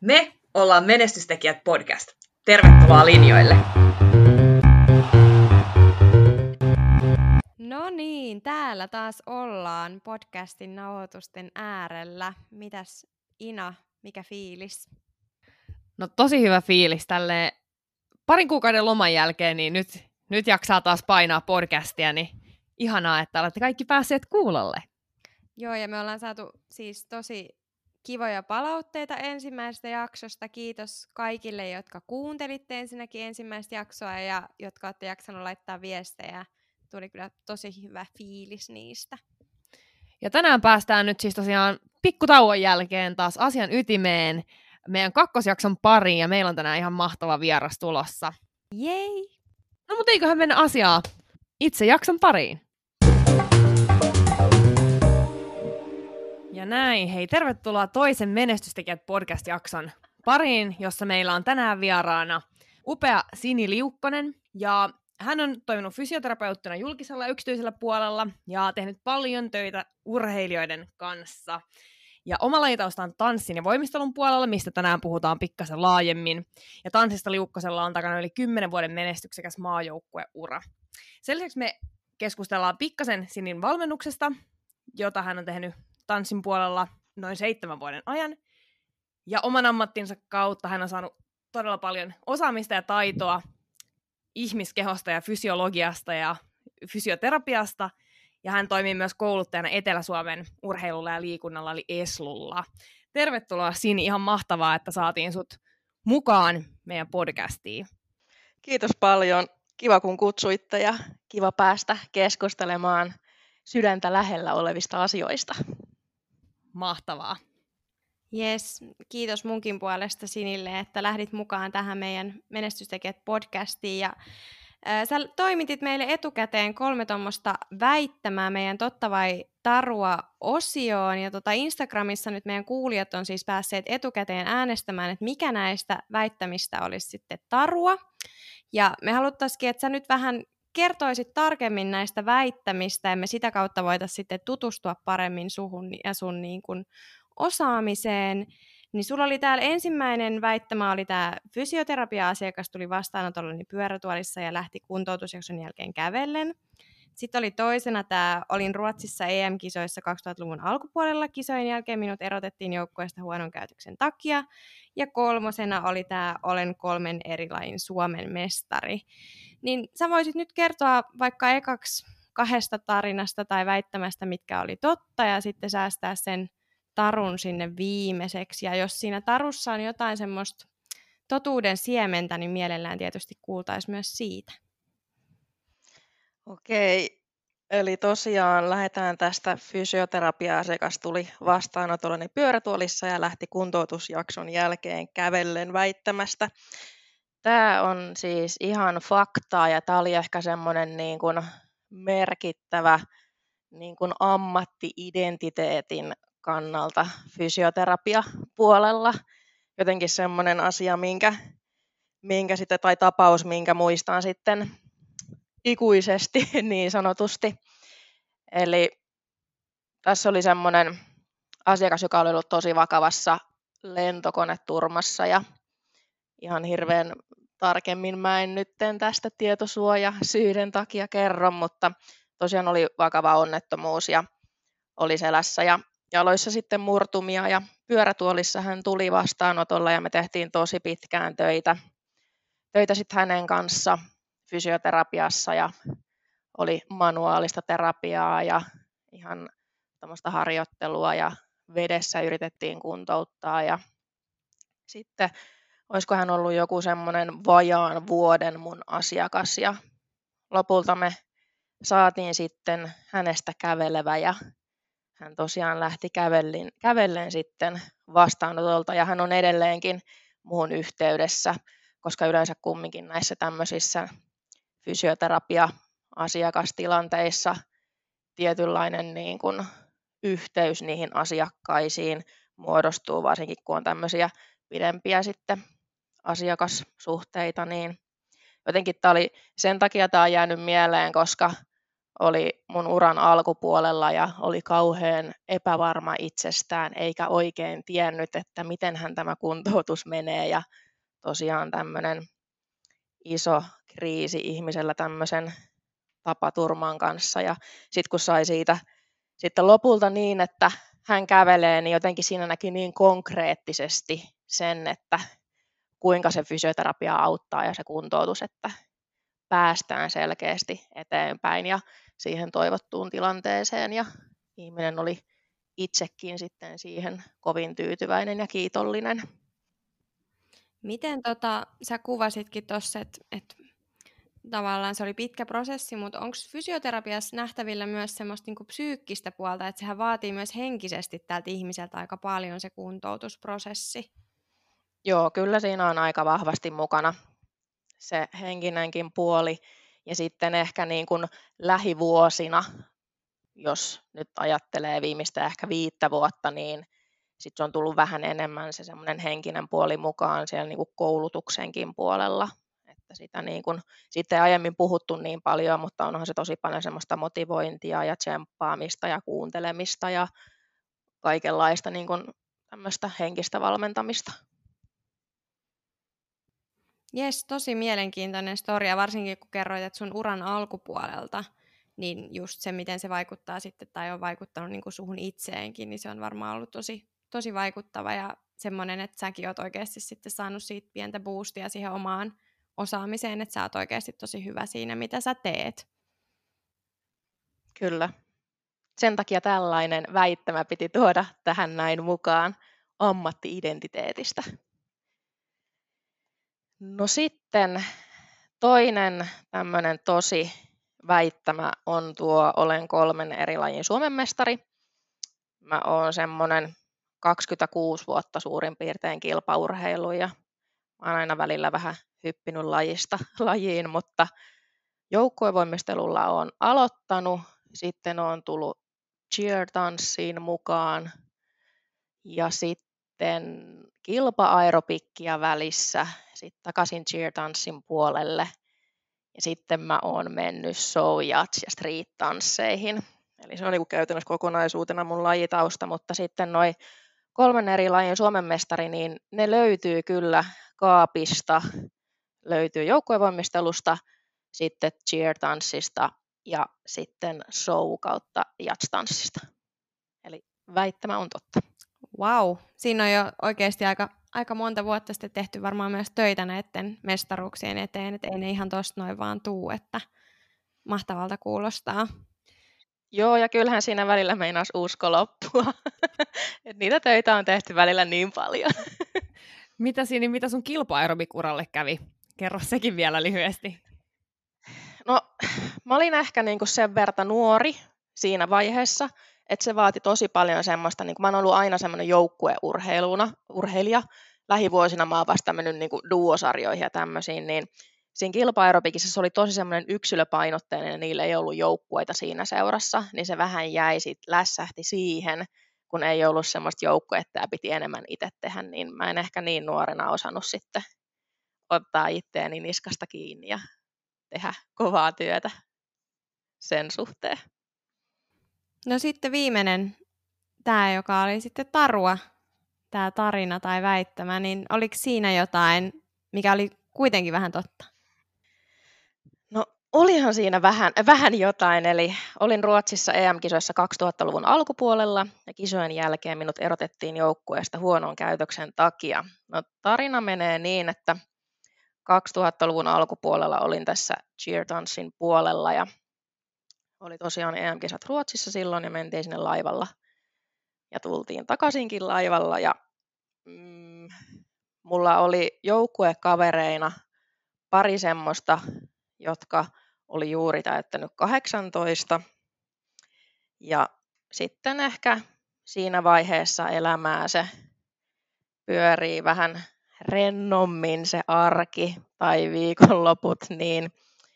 Me ollaan Menestystekijät podcast. Tervetuloa linjoille! No niin, täällä taas ollaan podcastin nauhoitusten äärellä. Mitäs Ina, mikä fiilis? No tosi hyvä fiilis tälle parin kuukauden loman jälkeen, niin nyt jaksaa taas painaa podcastia, niin ihanaa, että olette kaikki päässeet kuulolle. Joo, ja me ollaan saatu siis tosi kivoja palautteita ensimmäisestä jaksosta. Kiitos kaikille, jotka kuuntelitte ensinnäkin ensimmäistä jaksoa ja jotka olette jaksanut laittaa viestejä. Tuli kyllä tosi hyvä fiilis niistä. Ja tänään päästään nyt siis tosiaan pikkutauon jälkeen taas asian ytimeen meidän kakkosjakson pariin, ja meillä on tänään ihan mahtava vieras tulossa. Jei! No mutta eiköhän mennä asiaa itse jakson pariin. Ja näin, hei, tervetuloa toisen Menestystekijät podcast-jakson pariin, jossa meillä on tänään vieraana upea Sini Liukkonen, ja hän on toiminut fysioterapeuttina julkisella ja yksityisellä puolella ja tehnyt paljon töitä urheilijoiden kanssa. Ja oma lajitausta on tanssin ja voimistelun puolella, mistä tänään puhutaan pikkasen laajemmin. Ja tanssista Liukkosella on takana yli 10 vuoden menestyksekäs maajoukkueura. Sen lisäksi me keskustellaan pikkasen Sinin valmennuksesta, jota hän on tehnyt tanssin puolella noin 7 vuoden ajan. Ja oman ammattinsa kautta hän on saanut todella paljon osaamista ja taitoa ihmiskehosta ja fysiologiasta ja fysioterapiasta. Ja hän toimii myös kouluttajana Etelä-Suomen urheilulla ja liikunnalla, eli ESLUlla. Tervetuloa Sini, ihan mahtavaa, että saatiin sut mukaan meidän podcastiin. Kiitos paljon. Kiva kun kutsuitte ja kiva päästä keskustelemaan sydäntä lähellä olevista asioista. Mahtavaa. Jes, kiitos munkin puolesta Sinille, että lähdit mukaan tähän meidän Menestystekijät podcastiin. Ja sä toimitit meille etukäteen 3 tuommoista väittämää meidän Totta vai Tarua -osioon. Ja Instagramissa nyt meidän kuulijat on siis päässeet etukäteen äänestämään, että mikä näistä väittämistä olisi sitten tarua. Ja me haluttaisiin, että sä nyt vähän kertoisit tarkemmin näistä väittämistä, ja me sitä kautta voitaisiin sitten tutustua paremmin suhun ja sun niin kuin osaamiseen. Niin sulla oli täällä ensimmäinen väittämä, oli tämä fysioterapia-asiakas tuli vastaanotollani pyörätuolissa ja lähti kuntoutusjakson jälkeen kävellen. Sitten oli toisena tämä, olin Ruotsissa EM-kisoissa 2000-luvun alkupuolella, kisojen jälkeen minut erotettiin joukkueesta huonon käytöksen takia. Ja 3. oli tämä, olen 3 eri lajin Suomen mestari. Niin sä voisit nyt kertoa vaikka ekaksi 2 tarinasta tai väittämästä, mitkä oli totta, ja sitten säästää sen tarun sinne viimeiseksi. Ja jos siinä tarussa on jotain semmoista totuuden siementä, niin mielellään tietysti kuultaisiin myös siitä. Okei, eli tosiaan lähdetään tästä fysioterapia-asiakas tuli vastaanotollani pyörätuolissa ja lähti kuntoutusjakson jälkeen kävellen väittämästä. Tämä on siis ihan faktaa ja tämä oli ehkä semmoinen niin kuin merkittävä niin kuin ammatti-identiteetin kannalta fysioterapia-puolella. Jotenkin semmoinen asia, minkä sitten, tai tapaus, minkä muistan sitten ikuisesti niin sanotusti. Eli tässä oli semmoinen asiakas, joka oli ollut tosi vakavassa lentokoneturmassa ja ihan hirveän tarkemmin mä en nyt tästä tietosuojasyiden takia kerro, mutta tosiaan oli vakava onnettomuus ja oli selässä ja jaloissa sitten murtumia ja pyörätuolissa hän tuli vastaanotolla ja me tehtiin tosi pitkään töitä sitten hänen kanssa fysioterapiassa ja oli manuaalista terapiaa ja ihan tämmöistä harjoittelua ja vedessä yritettiin kuntouttaa ja sitten olisiko hän ollut joku semmoinen vajaan vuoden mun asiakas ja lopulta me saatiin sitten hänestä kävelevä ja hän tosiaan lähti kävellen sitten vastaanotolta ja hän on edelleenkin muun yhteydessä, koska yleensä kumminkin näissä tämmöisissä fysioterapia-asiakastilanteissa tietynlainen niin kuin yhteys niihin asiakkaisiin muodostuu, varsinkin kun on tämmöisiä pidempiä sitten asiakassuhteita, niin jotenkin sen takia tämä on jäänyt mieleen, koska oli mun uran alkupuolella ja oli kauhean epävarma itsestään, eikä oikein tiennyt, että mitenhän tämä kuntoutus menee. Ja tosiaan tämmöinen iso kriisi ihmisellä tämmöisen tapaturman kanssa. Ja sitten kun sai siitä sitten lopulta niin, että hän kävelee, niin jotenkin siinä näki niin konkreettisesti sen, että kuinka se fysioterapia auttaa ja se kuntoutus, että päästään selkeästi eteenpäin ja siihen toivottuun tilanteeseen. Ja ihminen oli itsekin sitten siihen kovin tyytyväinen ja kiitollinen. Miten sä kuvasitkin tuossa, että tavallaan se oli pitkä prosessi, mutta onko fysioterapiassa nähtävillä myös semmoista niinku psyykkistä puolta, että sehän vaatii myös henkisesti tältä ihmiseltä aika paljon se kuntoutusprosessi? Joo, kyllä siinä on aika vahvasti mukana se henkinenkin puoli. Ja sitten ehkä niin kuin lähivuosina, jos nyt ajattelee viimeistä ehkä 5 vuotta, niin sitten se on tullut vähän enemmän se semmoinen henkinen puoli mukaan siellä niin kuin koulutuksenkin puolella. Että sitä niin kuin, siitä ei aiemmin puhuttu niin paljon, mutta onhan se tosi paljon semmoista motivointia ja tsemppaamista ja kuuntelemista ja kaikenlaista niin kuin tämmöistä henkistä valmentamista. Jes, tosi mielenkiintoinen story, varsinkin kun kerroit, että sun uran alkupuolelta, niin just se, miten se vaikuttaa sitten, tai on vaikuttanut niin kuin suhun itseenkin, niin se on varmaan ollut tosi vaikuttava ja semmoinen, että säkin oot oikeasti sitten saanut siitä pientä boostia siihen omaan osaamiseen, että sä oot oikeasti tosi hyvä siinä, mitä sä teet. Kyllä. Sen takia tällainen väittämä piti tuoda tähän näin mukaan ammatti-identiteetistä. No sitten toinen tämmöinen tosi väittämä on tuo olen 3 eri lajin Suomen mestari. Mä oon semmoinen 26 vuotta suurin piirtein kilpaurheilu ja mä oon aina välillä vähän hyppinyt lajista lajiin, mutta joukkuevoimistelulla oon aloittanut, sitten oon tullut cheer-tanssiin mukaan ja sitten kilpa-aerobikkia välissä, sitten takaisin cheer-tanssin puolelle ja sitten mä oon mennyt show, jats ja street-tansseihin. Eli se on niin käytännössä kokonaisuutena mun lajitausta, mutta sitten noi 3 eri lajin Suomen mestari, niin ne löytyy kyllä kaapista, löytyy joukkuevoimistelusta, sitten cheer-tanssista ja sitten show kautta jats-tanssista. Eli väittämä on totta. Wow, siinä on jo oikeasti aika monta vuotta sitten tehty varmaan myös töitä näiden mestaruuksien eteen, että ei ne ihan tosta noin vaan tuu, että mahtavalta kuulostaa. Joo, ja kyllähän siinä välillä meinasi usko loppua. Et niitä töitä on tehty välillä niin paljon. Mitä sun kilpa-aerobik-uralle kävi? Kerro sekin vielä lyhyesti. No, mä olin ehkä niinku sen verran nuori siinä vaiheessa, että se vaati tosi paljon semmoista, niin mä oon ollut aina semmoinen joukkueurheilija. Lähivuosina mä oon vasta mennyt niinku duosarjoihin ja tämmöisiin, niin siinä kilpa-aerobikissa se oli tosi semmoinen yksilöpainotteinen ja niillä ei ollut joukkueita siinä seurassa, niin se vähän jäi lässähti siihen, kun ei ollut semmoista joukkuetta ja piti enemmän itse tehdä, niin mä en ehkä niin nuorena osannut sitten ottaa itteeni niskasta kiinni ja tehdä kovaa työtä sen suhteen. No sitten viimeinen, tämä joka oli sitten tarua, tämä tarina tai väittämä, niin oliko siinä jotain, mikä oli kuitenkin vähän totta? No olihan siinä vähän jotain, eli olin Ruotsissa EM-kisoissa 2000-luvun alkupuolella ja kisojen jälkeen minut erotettiin joukkueesta huonon käytöksen takia. No tarina menee niin, että 2000-luvun alkupuolella olin tässä cheer-tanssin puolella ja oli tosiaan EM-kisat Ruotsissa silloin ja mentiin sinne laivalla ja tultiin takaisinkin laivalla ja mulla oli joukkuekavereina pari semmoista, jotka oli juuri täyttänyt 18 ja sitten ehkä siinä vaiheessa elämää se pyörii vähän rennommin se arki tai viikonloput, niin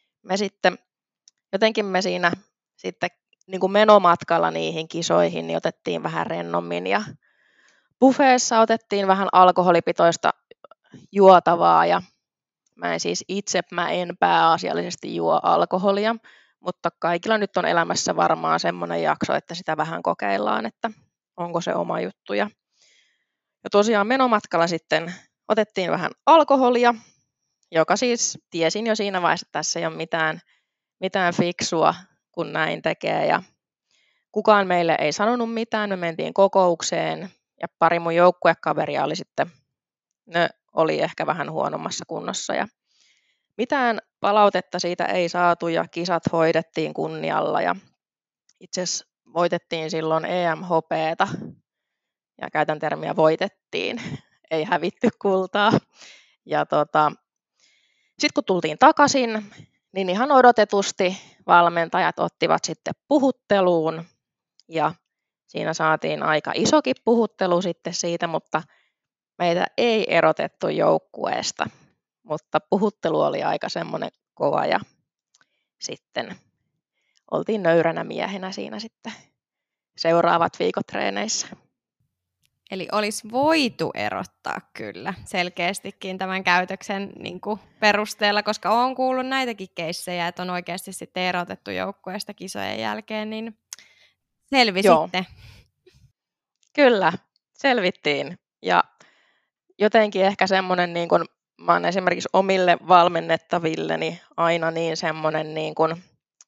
me siinä sitten niin kuin menomatkalla niihin kisoihin niin otettiin vähän rennommin ja buffeessa otettiin vähän alkoholipitoista juotavaa ja mä en pääasiallisesti juo alkoholia, mutta kaikilla nyt on elämässä varmaan semmoinen jakso, että sitä vähän kokeillaan, että onko se oma juttu. Ja tosiaan menomatkalla sitten otettiin vähän alkoholia, joka siis tiesin jo siinä vaiheessa, että tässä ei ole mitään fiksua, kun näin tekee. Ja kukaan meille ei sanonut mitään, me mentiin kokoukseen ja pari mun joukkuekaveria oli sitten, ne oli ehkä vähän huonommassa kunnossa. Ja mitään palautetta siitä ei saatu ja kisat hoidettiin kunnialla ja itse asiassa voitettiin silloin EM-hopeeta ja käytän termiä voitettiin, ei hävitty kultaa. Ja sitten kun tultiin takaisin, niin ihan odotetusti valmentajat ottivat sitten puhutteluun ja siinä saatiin aika isokin puhuttelu sitten siitä, mutta meitä ei erotettu joukkueesta, mutta puhuttelu oli aika semmoinen kova ja sitten oltiin nöyränä miehenä siinä sitten seuraavat viikot treeneissä. Eli olisi voitu erottaa kyllä selkeästikin tämän käytöksen niin kuin perusteella, koska olen kuullut näitäkin keissejä, että on oikeasti sitten erotettu joukkueesta kisojen jälkeen, niin selvisitte. Kyllä, selvittiin. Ja jotenkin ehkä semmoinen, niin kuin mä oon esimerkiksi omille valmennettavilleni aina niin semmoinen, niin kuin,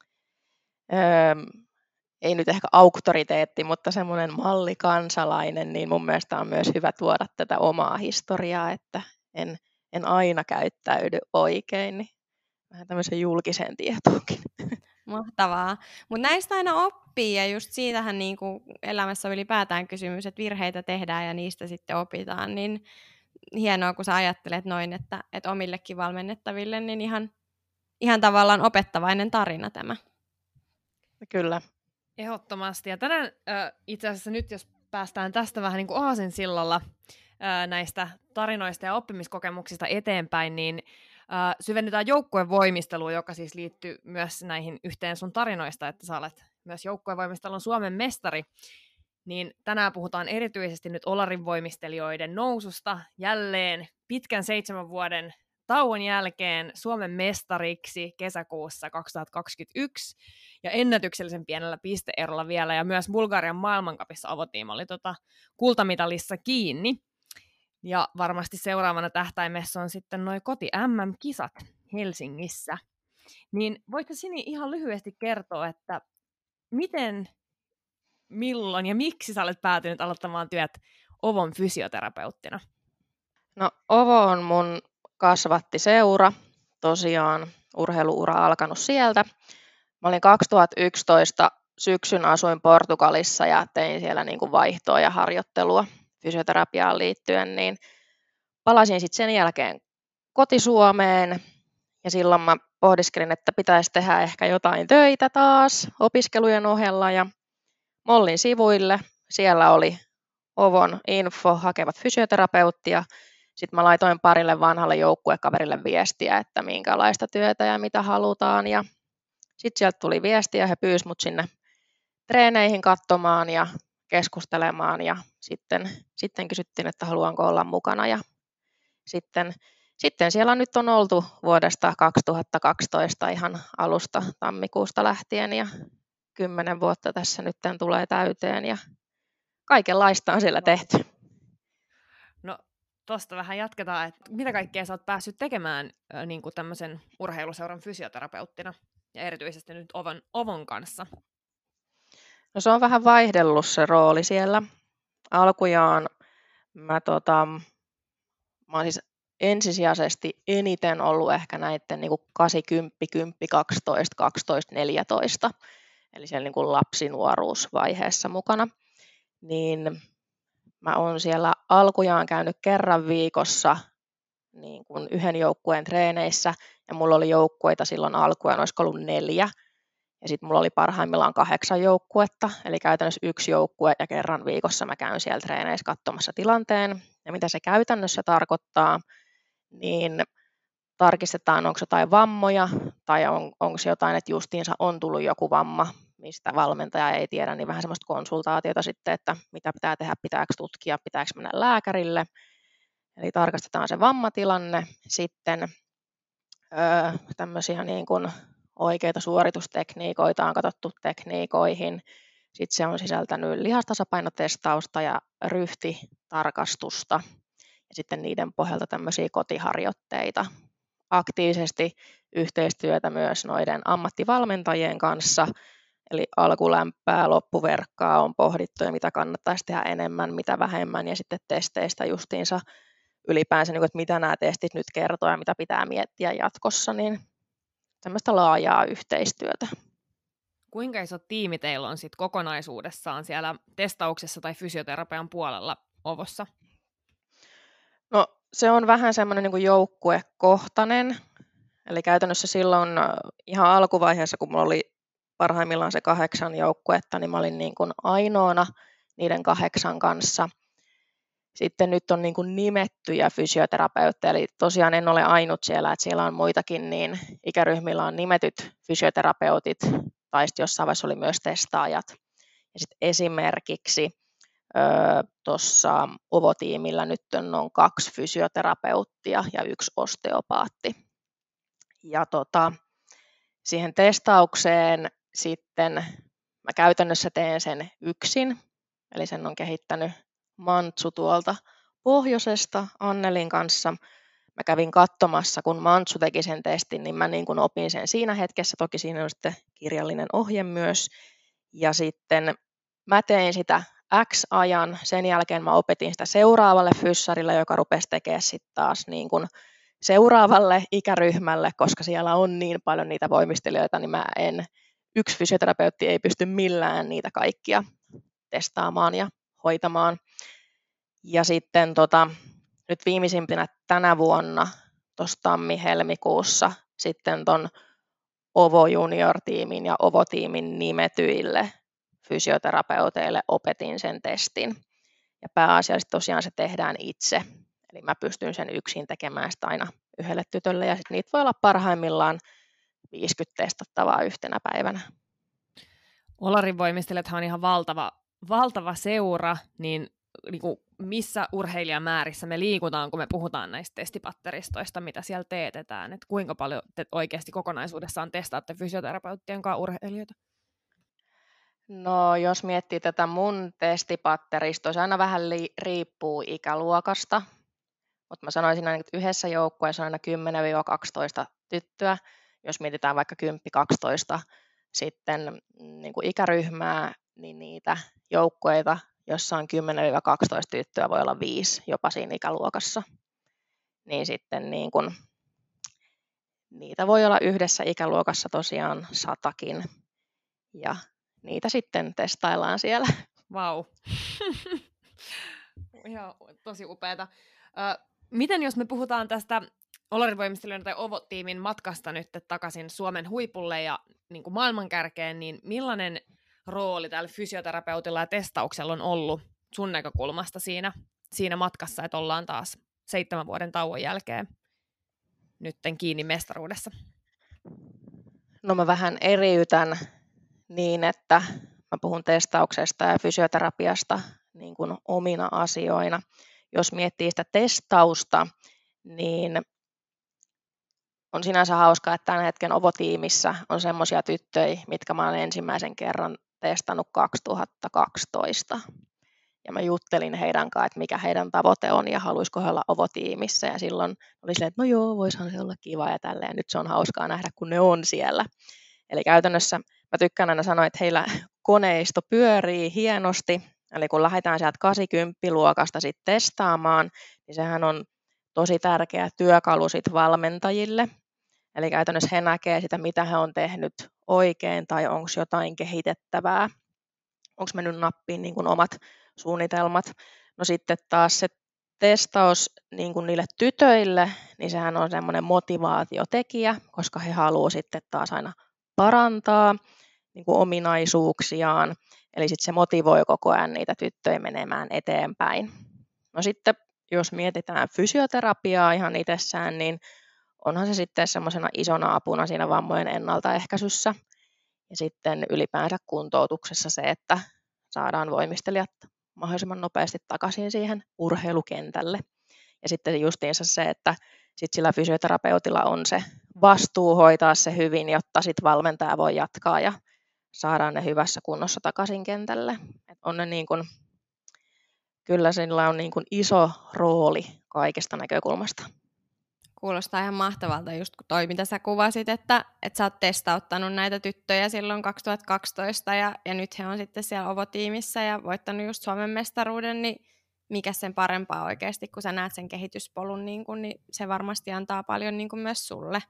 ei nyt ehkä auktoriteetti, mutta semmoinen mallikansalainen, niin mun mielestä on myös hyvä tuoda tätä omaa historiaa, että en aina käyttäydy oikein, niin vähän tämmöisen julkiseen tietoonkin. Mahtavaa. Mutta näistä aina oppii ja just siitähän niin kuin elämässä on ylipäätään kysymys, että virheitä tehdään ja niistä sitten opitaan, niin hienoa, kun sä ajattelet noin, että omillekin valmennettaville, niin ihan tavallaan opettavainen tarina tämä. Kyllä. Ehdottomasti. Ja tänään itse asiassa nyt, jos päästään tästä vähän niin kuin aasinsillalla näistä tarinoista ja oppimiskokemuksista eteenpäin, niin syvennytään joukkuevoimisteluun, joka siis liittyy myös näihin yhteen sun tarinoista, että sä olet myös joukkuevoimistelun Suomen mestari. Niin tänään puhutaan erityisesti nyt Olarin voimistelijoiden noususta jälleen pitkän 7 vuoden tauon jälkeen Suomen mestariksi kesäkuussa 2021 ja ennätyksellisen pienellä pisteerolla vielä ja myös Bulgarian maailmancupissa avotiimi oli kultamitalissa kiinni. Ja varmasti seuraavana tähtäimessä on sitten noi koti MM-kisat Helsingissä. Niin voitko Sini ihan lyhyesti kertoa, että miten, milloin ja miksi sä olet päätynyt aloittamaan työt Ovon fysioterapeuttina? No Ovo on mun kasvattiseura, tosiaan urheiluura alkanut sieltä. Mä olin 2011 syksyn asuin Portugalissa ja tein siellä niin kuin vaihtoa ja harjoittelua fysioterapiaan liittyen, niin palasin sitten sen jälkeen koti-Suomeen ja silloin mä pohdiskelin, että pitäisi tehdä ehkä jotain töitä taas opiskelujen ohella ja Mollin sivuille. Siellä oli Ovon info, hakevat fysioterapeuttia. Sitten mä laitoin parille vanhalle joukkuekaverille viestiä, että minkälaista työtä ja mitä halutaan. Ja sitten sieltä tuli viestiä, he pyysivät mut sinne treeneihin katsomaan ja keskustelemaan. Ja sitten kysyttiin, että haluanko olla mukana. Ja sitten siellä nyt on oltu vuodesta 2012 ihan alusta tammikuusta lähtien ja 10 vuotta tässä nyt tulee täyteen ja kaikenlaista on siellä tehty. No tuosta vähän jatketaan, että mitä kaikkea sä oot päässyt tekemään niin kuin tämmöisen urheiluseuran fysioterapeuttina ja erityisesti nyt Ovon kanssa? No se on vähän vaihdellut se rooli siellä. Alkujaan mä oon siis ensisijaisesti eniten ollut ehkä näiden niin kuin 8, 10, 10, 12, 12, 14, eli siellä niin kuin lapsinuoruusvaiheessa mukana. Niin mä oon siellä alkujaan käynyt kerran viikossa niin kuin yhden joukkueen treeneissä, ja mulla oli joukkueita silloin alkujaan, olisiko ollut 4, ja sitten mulla oli parhaimmillaan 8 joukkuetta, eli käytännössä 1 joukkue, ja kerran viikossa mä käyn siellä treeneissä katsomassa tilanteen, ja mitä se käytännössä tarkoittaa, niin tarkistetaan, onko jotain vammoja, tai onko jotain, että justiinsa on tullut joku vamma, mistä valmentaja ei tiedä, niin vähän semmoista konsultaatiota sitten, että mitä pitää tehdä, pitääkö tutkia, pitääkö mennä lääkärille. Eli tarkastetaan se vammatilanne, sitten tämmöisiä niin kuin oikeita suoritustekniikoita on katsottu tekniikoihin. Sitten se on sisältänyt lihastasapainotestausta ja ryhtitarkastusta ja sitten niiden pohjalta tämmöisiä kotiharjoitteita. Aktiivisesti yhteistyötä myös noiden ammattivalmentajien kanssa, eli alkulämpää, loppuverkkaa on pohdittu ja mitä kannattaisi tehdä enemmän, mitä vähemmän ja sitten testeistä justiinsa ylipäänsä, että mitä nämä testit nyt kertoo ja mitä pitää miettiä jatkossa, niin tämmöistä laajaa yhteistyötä. Kuinka iso tiimi teillä on sit kokonaisuudessaan siellä testauksessa tai fysioterapian puolella Ovossa? No se on vähän semmoinen niin kuin joukkuekohtainen, eli käytännössä silloin ihan alkuvaiheessa, kun mulla oli parhaimmillaan se 8 joukkuetta, niin mä olin niin kuin ainoana niiden 8 kanssa. Sitten nyt on niin kuin nimettyjä fysioterapeutteja, eli tosiaan en ole ainut siellä, että siellä on muitakin, niin ikäryhmillä on nimetyt fysioterapeutit, tai sitten jossain vaiheessa oli myös testaajat. Ja sitten esimerkiksi tuossa Ovo-tiimillä nyt on 2 fysioterapeuttia ja 1 osteopaatti. Ja siihen testaukseen sitten mä käytännössä teen sen yksin, eli sen on kehittänyt Mantsu tuolta pohjoisesta Annelin kanssa. Mä kävin katsomassa, kun Mantsu teki sen testin, niin mä niin kuin opin sen siinä hetkessä. Toki siinä on sitten kirjallinen ohje myös. Ja sitten mä tein sitä X-ajan. Sen jälkeen mä opetin sitä seuraavalle fyssarille, joka rupesi tekemään sitten taas niin kuin seuraavalle ikäryhmälle, koska siellä on niin paljon niitä voimistelijoita, niin yksi fysioterapeutti ei pysty millään niitä kaikkia testaamaan ja hoitamaan. Ja sitten nyt viimeisimpänä tänä vuonna, tuossa tammi-helmikuussa, sitten ton Ovo Junior-tiimin ja Ovo-tiimin nimetyille fysioterapeuteille opetin sen testin. Ja pääasiallisesti tosiaan se tehdään itse. Eli mä pystyn sen yksin tekemään sitä aina yhdelle tytölle, ja sitten niitä voi olla parhaimmillaan 50 testattavaa yhtenä päivänä. Olarin voimistelijathan on ihan valtava seura, niin kuin missä urheilijamäärissä me liikutaan, kun me puhutaan näistä testipatteristoista, mitä siellä teetetään, että kuinka paljon te oikeasti kokonaisuudessaan testaatte fysioterapeuttien kanssa urheilijoita? No jos miettii tätä mun testipatteristoa, se aina vähän riippuu ikäluokasta, mutta mä sanoisin aina, että yhdessä joukkueessa on aina 10-12 tyttöä, jos mietitään vaikka 10-12 sitten niin kuin ikäryhmää, niin niitä joukkueita, jossa on 10-12 tyttöä, voi olla 5 jopa siinä ikäluokassa. Niin sitten niin kun, niitä voi olla yhdessä ikäluokassa tosiaan 100kin. Ja niitä sitten testaillaan siellä. Vau. Ihan tosi upeata. Miten jos me puhutaan tästä Olarin voimistelijoiden tai Ovo-tiimin matkasta nyt takaisin Suomen huipulle ja niin kuin maailmankärkeen, niin millainen rooli tällä fysioterapeutilla ja testauksella on ollut sun näkökulmasta siinä matkassa, että ollaan taas 7 vuoden tauon jälkeen nytten kiinni mestaruudessa? No mä vähän eriytän niin, että mä puhun testauksesta ja fysioterapiasta niin kuin omina asioina. Jos miettii sitä testausta, niin on sinänsä hauskaa, että tämän hetken Ovo-tiimissä on semmoisia tyttöjä, mitkä mä olen ensimmäisen kerran testannut 2012. Ja mä juttelin heidän kanssa, että mikä heidän tavoite on ja haluaisiko he olla Ovo-tiimissä. Ja silloin oli silleen, että no joo, voisihan se olla kiva ja tälleen. Nyt se on hauskaa nähdä, kun ne on siellä. Eli käytännössä mä tykkään aina sanoa, että heillä koneisto pyörii hienosti. Eli kun lähdetään sieltä 80-luokasta sitten testaamaan, niin sehän on tosi tärkeä työkalu sit valmentajille. Eli käytännössä he näkee sitä, mitä he on tehnyt oikein tai onko jotain kehitettävää. Onko mennyt nappiin niin kuin omat suunnitelmat. No sitten taas se testaus niin kuin niille tytöille, niin sehän on semmoinen motivaatiotekijä, koska he haluaa sitten taas aina parantaa niin kuin ominaisuuksiaan. Eli sitten se motivoi koko ajan niitä tyttöjä menemään eteenpäin. No sitten jos mietitään fysioterapiaa ihan itsessään, niin onhan se sitten semmoisena isona apuna siinä vammojen ennaltaehkäisyssä. Ja sitten ylipäänsä kuntoutuksessa se, että saadaan voimistelijat mahdollisimman nopeasti takaisin siihen urheilukentälle. Ja sitten justiinsa se, että sit sillä fysioterapeutilla on se vastuu hoitaa se hyvin, jotta sit valmentaja voi jatkaa ja saadaan ne hyvässä kunnossa takaisin kentälle. Et on ne niin kun, kyllä sillä on niin kun iso rooli kaikesta näkökulmasta. Kuulostaa ihan mahtavalta, just kun toi, mitä sä kuvasit, että sä oot testauttanut näitä tyttöjä silloin 2012 ja nyt he on sitten siellä Ovo-tiimissä ja voittanut just Suomen mestaruuden, niin mikä sen parempaa oikeasti, kun sä näet sen kehityspolun, niin se varmasti antaa paljon niin kuin myös sulle.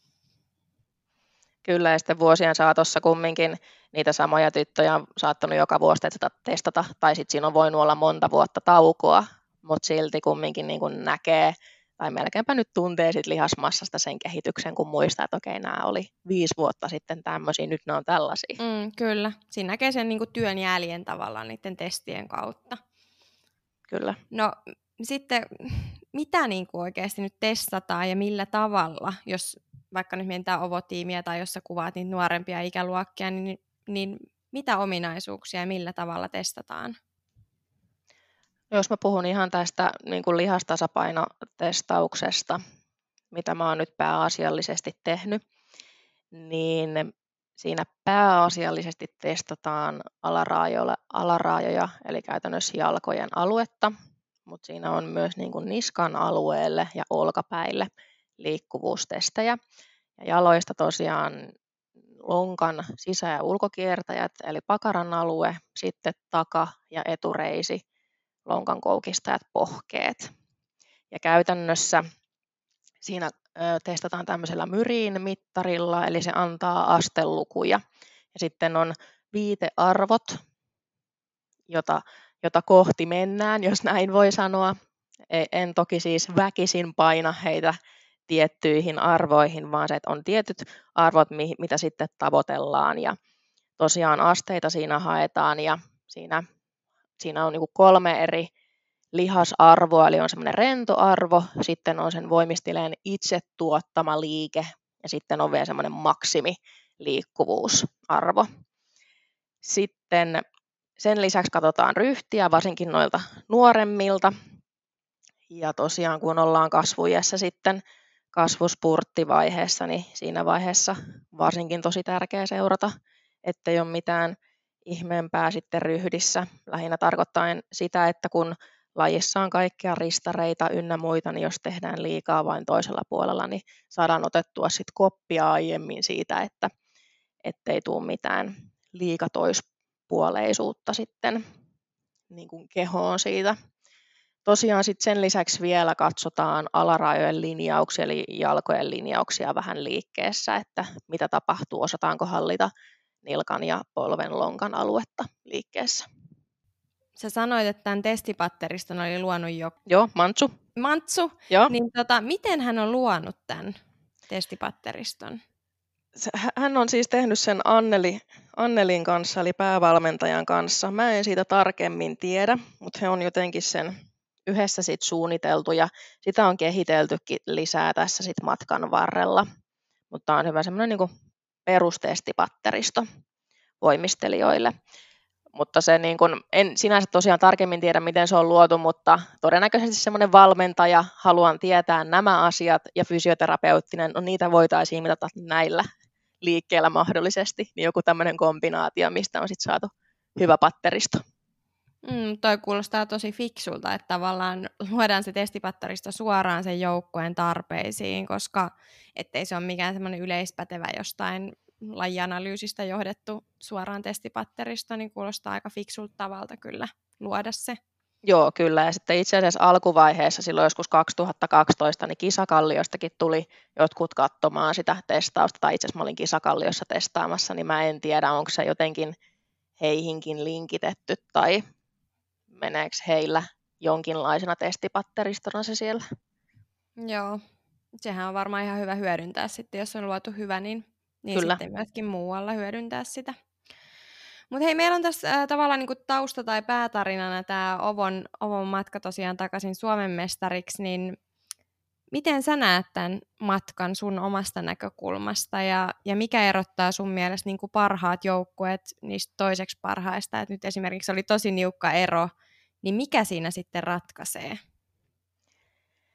Kyllä, ja sitten vuosien saatossa kumminkin niitä samoja tyttöjä on saattanut joka vuosi testata, tai sitten siinä on voinut olla monta vuotta taukoa, mutta silti kumminkin niin kuin näkee, tai melkeinpä nyt tuntee sit lihasmassasta sen kehityksen, kun muistaa, että okei, nämä oli 5 vuotta sitten tämmöisiä, nyt ne on tällaisia. Kyllä, siinä näkee sen niin kuin työn jäljen tavallaan niiden testien kautta. Kyllä. No sitten, mitä niin kuin oikeasti nyt testataan ja millä tavalla, jos vaikka nyt mietitään Ovo-tiimiä tai jos sä kuvaat niitä nuorempia ikäluokkia, niin mitä ominaisuuksia ja millä tavalla testataan? Jos mä puhun ihan tästä niin kuin lihastasapainotestauksesta, mitä mä oon nyt pääasiallisesti tehnyt, niin siinä pääasiallisesti testataan alaraajoja, eli käytännössä jalkojen aluetta, mutta siinä on myös niin kuin niskan alueelle ja olkapäille liikkuvuustestejä. Ja jaloista tosiaan lonkan sisä- ja ulkokiertäjät, eli pakaran alue, sitten taka- ja etureisi, lonkan koukistajat, pohkeet. Ja käytännössä siinä testataan tämmöisellä myriin-mittarilla, eli se antaa astelukuja. Ja sitten on viitearvot, jota kohti mennään, jos näin voi sanoa. En toki siis väkisin paina heitä tiettyihin arvoihin, vaan se, että on tietyt arvot, mitä sitten tavoitellaan. Ja tosiaan asteita siinä haetaan, ja siinä on niin kuin 3 eri lihasarvoa, eli on semmoinen rentoarvo, sitten on sen voimistileen itse tuottama liike, ja sitten on vielä semmoinen maksimiliikkuvuusarvo. Sitten sen lisäksi katsotaan ryhtiä, varsinkin noilta nuoremmilta, ja tosiaan kun ollaan kasvuiässä sitten kasvuspurttivaiheessa, niin siinä vaiheessa varsinkin tosi tärkeää seurata, ettei ole mitään ihmeempää sitten ryhdissä. Lähinnä tarkoittaen sitä, että kun lajissa on kaikkia ristareita ynnä muita, niin jos tehdään liikaa vain toisella puolella, niin saadaan otettua sitten koppia aiemmin siitä, että ettei tule mitään liikatoispuoleisuutta sitten niin kuin kehoon siitä. Tosiaan sitten sen lisäksi vielä katsotaan alaraajojen linjauksia, eli jalkojen linjauksia vähän liikkeessä, että mitä tapahtuu, osataanko hallita nilkan ja polven lonkan aluetta liikkeessä. Sä sanoit, että tämän testipatteriston oli luonut jo Joo, Mantsu. Mantsu, Joo. niin miten hän on luonut tämän testipatteriston? Hän on siis tehnyt sen Annelin kanssa, eli päävalmentajan kanssa. Mä en siitä tarkemmin tiedä, mutta he on jotenkin sen yhdessä sit suunniteltu ja sitä on kehiteltykin lisää tässä sit matkan varrella. Mutta on hyvä semmoinen niinku perustestipatteristo voimistelijoille. Mutta se niin kun, en sinänsä tosiaan tarkemmin tiedä, miten se on luotu, mutta todennäköisesti semmoinen valmentaja, haluan tietää nämä asiat ja fysioterapeuttinen, no niitä voitaisiin mitata näillä liikkeellä mahdollisesti, niin joku tämmöinen kombinaatio, mistä on sitten saatu hyvä patteristo. Toi kuulostaa tosi fiksulta, että tavallaan luodaan se testipatteristo suoraan sen joukkueen tarpeisiin, koska ettei se ole mikään semmoinen yleispätevä jostain lajianalyysistä johdettu suoraan testipatteristo, niin kuulostaa aika fiksulta tavalta kyllä luoda se. Joo, kyllä. Ja sitten itse asiassa alkuvaiheessa, silloin joskus 2012, niin Kisakalliostakin tuli jotkut katsomaan sitä testausta, tai itse asiassa mä olin Kisakalliossa testaamassa, niin mä en tiedä, onko se jotenkin heihinkin linkitetty, tai meneekö heillä jonkinlaisena testipatteristona se siellä. Joo, sehän on varmaan ihan hyvä hyödyntää sitten, jos on luotu hyvä, niin Kyllä. sitten myöskin muualla hyödyntää sitä. Mutta hei, meillä on tässä tavallaan niinku tausta- tai päätarinana tämä Ovon matka tosiaan takaisin Suomen mestariksi, niin miten sä näet tämän matkan sun omasta näkökulmasta ja mikä erottaa sun mielestä niinku parhaat joukkueet niistä toiseksi parhaista? Et nyt esimerkiksi oli tosi niukka ero, niin mikä siinä sitten ratkaisee?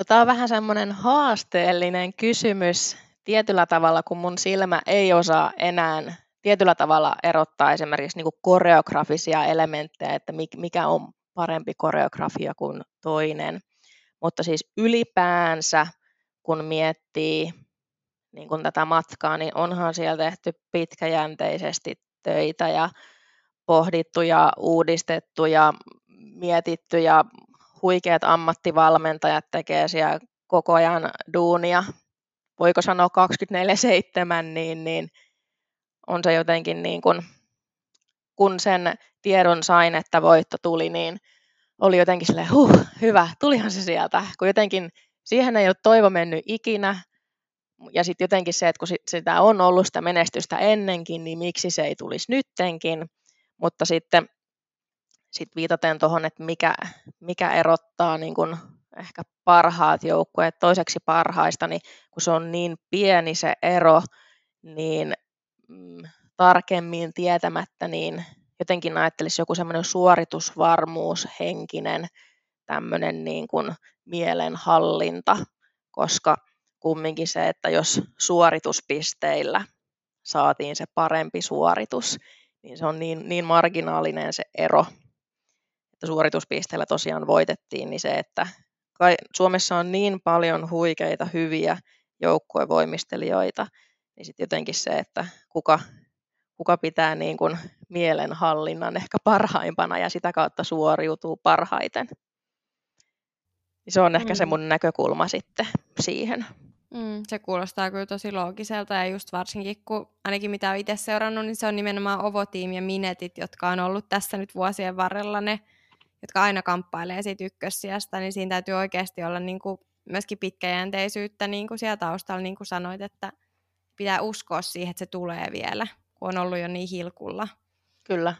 Tämä on vähän semmoinen haasteellinen kysymys tietyllä tavalla, kun mun silmä ei osaa enää tietyllä tavalla erottaa esimerkiksi niin kuin koreografisia elementtejä, että mikä on parempi koreografia kuin toinen. Mutta siis ylipäänsä, kun miettii niin kuin tätä matkaa, niin onhan siellä tehty pitkäjänteisesti töitä ja pohdittu ja uudistettu ja mietitty ja huikeat ammattivalmentajat tekee siellä koko ajan duunia. Voiko sanoa 24/7, niin on se jotenkin niin kuin, kun sen tiedon sain, että voitto tuli, niin oli jotenkin silleen, hyvä, tulihan se sieltä, kun jotenkin siihen ei ole toivo mennyt ikinä, ja sitten jotenkin se, että kun sitä on ollut sitä menestystä ennenkin, niin miksi se ei tulisi nyttenkin, mutta sitten viitaten tuohon, että mikä erottaa niin kun ehkä parhaat joukkueet toiseksi parhaista, niin kun se on niin pieni se ero, niin tarkemmin tietämättä, niin jotenkin ajattelisi joku semmoinen suoritusvarmuushenkinen tämmöinen niin kuin mielenhallinta, koska kumminkin se, että jos suorituspisteillä saatiin se parempi suoritus, niin se on niin marginaalinen se ero, että suorituspisteillä tosiaan voitettiin, niin se, että Suomessa on niin paljon huikeita, hyviä joukkuevoimistelijoita, niin sitten jotenkin se, että kuka pitää niin kuin mielenhallinnan ehkä parhaimpana ja sitä kautta suoriutuu parhaiten. Se on ehkä se mun näkökulma sitten siihen. Se kuulostaa kyllä tosi loogiselta ja just varsinkin, kun ainakin mitä olen itse seurannut, niin se on nimenomaan Ovo-team ja Minetit, jotka on ollut tässä nyt vuosien varrella ne, jotka aina kamppailee siitä ykkössijasta, niin siinä täytyy oikeasti olla niin kuin myöskin pitkäjänteisyyttä niin kuin siellä taustalla, niin kuin sanoit, että pitää uskoa siihen, että se tulee vielä, kun on ollut jo niin hilkulla. Kyllä.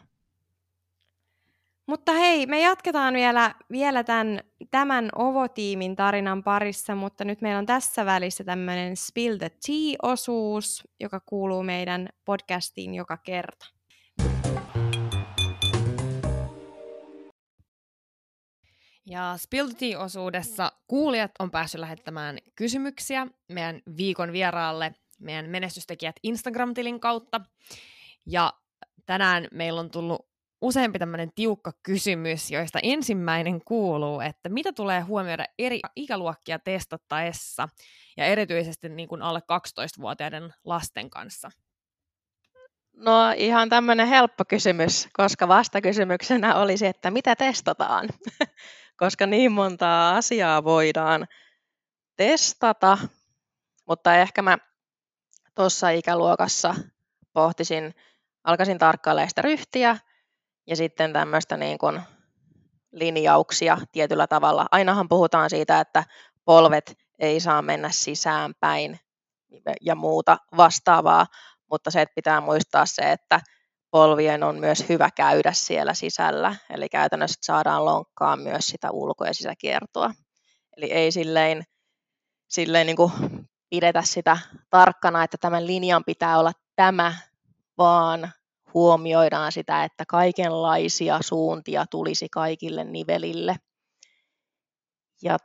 Mutta hei, me jatketaan vielä tämän Ovo-tiimin tarinan parissa, mutta nyt meillä on tässä välissä tämmöinen Spill the Tea-osuus, joka kuuluu meidän podcastiin joka kerta. Ja Spill the Tea-osuudessa kuulijat on päässyt lähettämään kysymyksiä meidän viikon vieraalle meidän menestystekijät Instagram-tilin kautta. Ja tänään meillä on tullut useampi tämmöinen tiukka kysymys, joista ensimmäinen kuuluu, että mitä tulee huomioida eri ikäluokkia testattaessa ja erityisesti niin kuin alle 12-vuotiaiden lasten kanssa? No ihan tämmöinen helppo kysymys, koska vastakysymyksenä olisi, että mitä testataan, koska niin montaa asiaa voidaan testata, mutta ehkä mä tuossa ikäluokassa alkaisin tarkkailemaan sitä ryhtiä ja sitten tämmöistä niin kuin linjauksia tietyllä tavalla. Ainahan puhutaan siitä, että polvet ei saa mennä sisäänpäin ja muuta vastaavaa, mutta se, että pitää muistaa se, että polvien on myös hyvä käydä siellä sisällä, eli käytännössä saadaan lonkkaan myös sitä ulko- ja sisäkiertoa. Eli ei silleen niin kuin pidetä sitä tarkkana, että tämän linjan pitää olla tämä, vaan huomioidaan sitä, että kaikenlaisia suuntia tulisi kaikille nivelille. Ja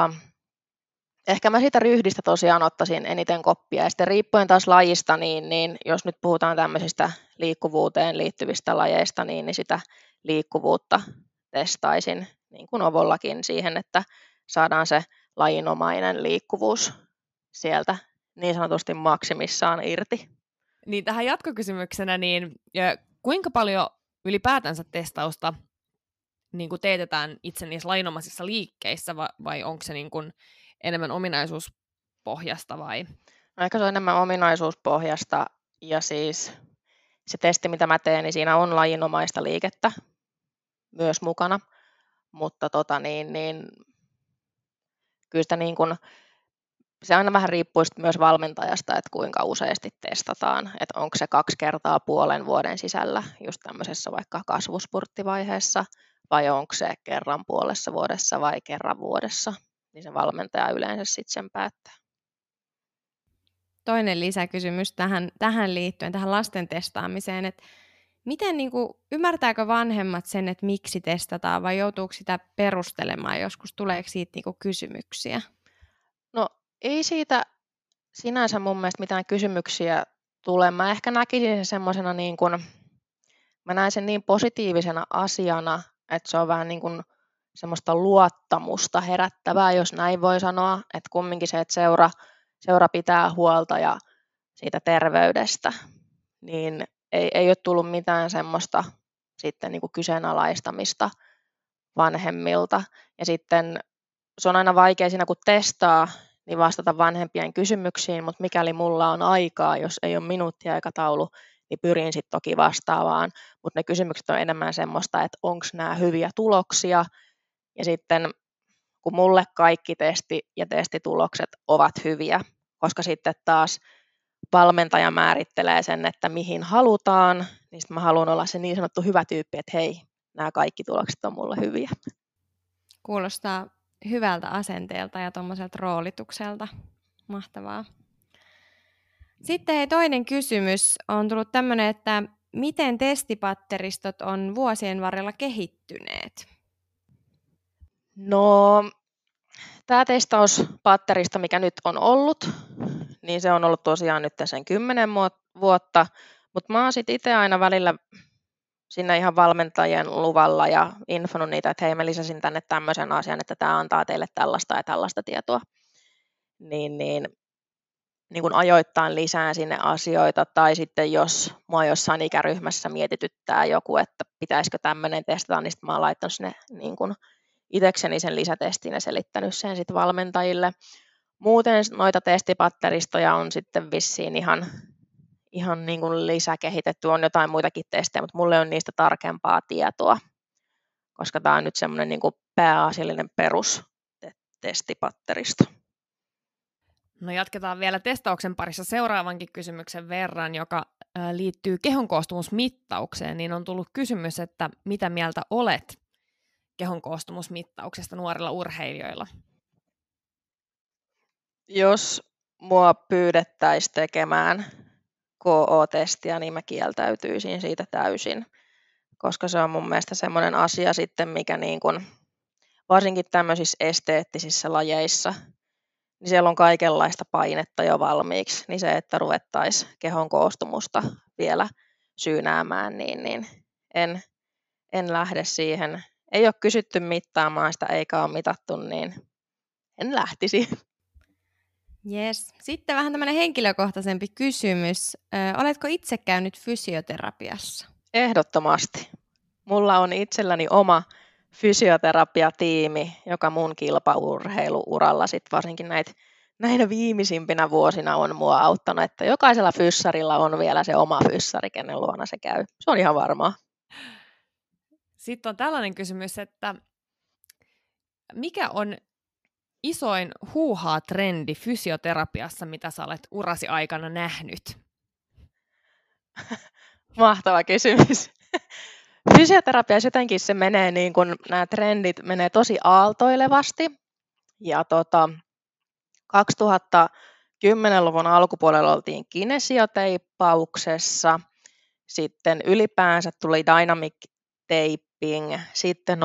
ehkä mä siitä ryhdistä tosiaan ottaisin eniten koppia. Ja sitten riippuen taas lajista, niin jos nyt puhutaan tämmöisistä liikkuvuuteen liittyvistä lajeista, niin sitä liikkuvuutta testaisin niin kuin Ovollakin siihen, että saadaan se lajinomainen liikkuvuus sieltä niin sanotusti maksimissaan irti. Niin tähän jatkokysymyksenä, niin kuinka paljon ylipäätänsä testausta niin kuin teetetään itse niissä lajinomaisissa liikkeissä, vai onko se niin kuin enemmän ominaisuuspohjasta vai? No ehkä se on enemmän ominaisuuspohjasta ja siis se testi, mitä mä teen, niin siinä on lajinomaista liikettä myös mukana, mutta kyllä sitä niin kuin, se aina vähän riippuu myös valmentajasta, että kuinka useasti testataan, että onko se 2 kertaa puolen vuoden sisällä just tämmöisessä vaikka kasvuspurttivaiheessa vai onko se kerran puolessa vuodessa vai kerran vuodessa, niin se valmentaja yleensä sitten sen päättää. Toinen lisäkysymys tähän liittyen, tähän lasten testaamiseen, että miten ymmärtääkö vanhemmat sen, että miksi testataan vai joutuuko sitä perustelemaan joskus, tuleeko siitä kysymyksiä? Ei siitä sinänsä mun mielestä mitään kysymyksiä tule. Mä ehkä näkisin sen semmoisena mä näen sen niin positiivisena asiana, että se on vähän niin kuin semmoista luottamusta herättävää, jos näin voi sanoa, että kumminkin se, että seura pitää huolta ja siitä terveydestä, niin ei ole tullut mitään semmoista sitten niin kuin kyseenalaistamista vanhemmilta. Ja sitten se on aina vaikea siinä, kun testaa, niin vastata vanhempien kysymyksiin, mutta mikäli mulla on aikaa, jos ei ole minuuttiaikataulu, niin pyrin sitten toki vastaavaan. Mutta ne kysymykset on enemmän semmoista, että onko nämä hyviä tuloksia. Ja sitten kun mulle kaikki ja testitulokset ovat hyviä, koska sitten taas valmentaja määrittelee sen, että mihin halutaan, niin sitten mä haluan olla se niin sanottu hyvä tyyppi, että hei, nämä kaikki tulokset on mulle hyviä. Kuulostaa hyvältä asenteelta ja tuommoiselta roolitukselta. Mahtavaa. Sitten hei, toinen kysymys on tullut tämmöinen, että miten testipatteristot on vuosien varrella kehittyneet? No, tämä testauspatteristo, mikä nyt on ollut, niin se on ollut tosiaan nyt sen 10 vuotta, mutta mä oon sitten itse aina välillä sinne ihan valmentajien luvalla ja infonut niitä, että hei, mä lisäsin tänne tämmöisen asian, että tämä antaa teille tällaista ja tällaista tietoa. Niin kun ajoittain lisään sinne asioita, tai sitten jos mua jossain ikäryhmässä mietityttää joku, että pitäisikö tämmöinen testata, niin sitten mä oon laittanut sinne niin kun itsekseni sen lisätestin ja selittänyt sen sitten valmentajille. Muuten noita testipatteristoja on sitten vissiin ihan niin kuin lisäkehitetty, on jotain muitakin testejä, mutta mulle on niistä tarkempaa tietoa, koska tämä on nyt semmoinen niin kuin pääasiallinen perustestipatteristo. No jatketaan vielä testauksen parissa seuraavankin kysymyksen verran, joka liittyy kehonkoostumusmittaukseen, niin on tullut kysymys, että mitä mieltä olet kehonkoostumusmittauksesta nuorilla urheilijoilla? Jos mua pyydettäisiin tekemään KO-testiä, niin mä kieltäytyisin siitä täysin, koska se on mun mielestä semmoinen asia sitten, mikä niin kuin, varsinkin tämmöisissä esteettisissä lajeissa, niin siellä on kaikenlaista painetta jo valmiiksi, niin se, että ruvettaisiin kehon koostumusta vielä syynäämään, niin en lähde siihen. Ei ole kysytty mittaamaan sitä eikä ole mitattu, niin en lähtisi. Yes. Sitten vähän tämmöinen henkilökohtaisempi kysymys. Oletko itse käynyt fysioterapiassa? Ehdottomasti. Mulla on itselläni oma fysioterapiatiimi, joka mun kilpaurheiluuralla sit varsinkin näinä viimeisimpinä vuosina on mua auttanut, että jokaisella fyssarilla on vielä se oma fyssari, kenen luona se käy. Se on ihan varmaa. Sitten on tällainen kysymys, että mikä on isoin huuhaa-trendi fysioterapiassa, mitä sä olet urasi aikana nähnyt? Mahtava kysymys. Fysioterapiassa jotenkin se menee niin kuin nämä trendit menee tosi aaltoilevasti. Ja 2010-luvun alkupuolella oltiin kinesioteippauksessa. Sitten ylipäänsä tuli dynamic taping. Sitten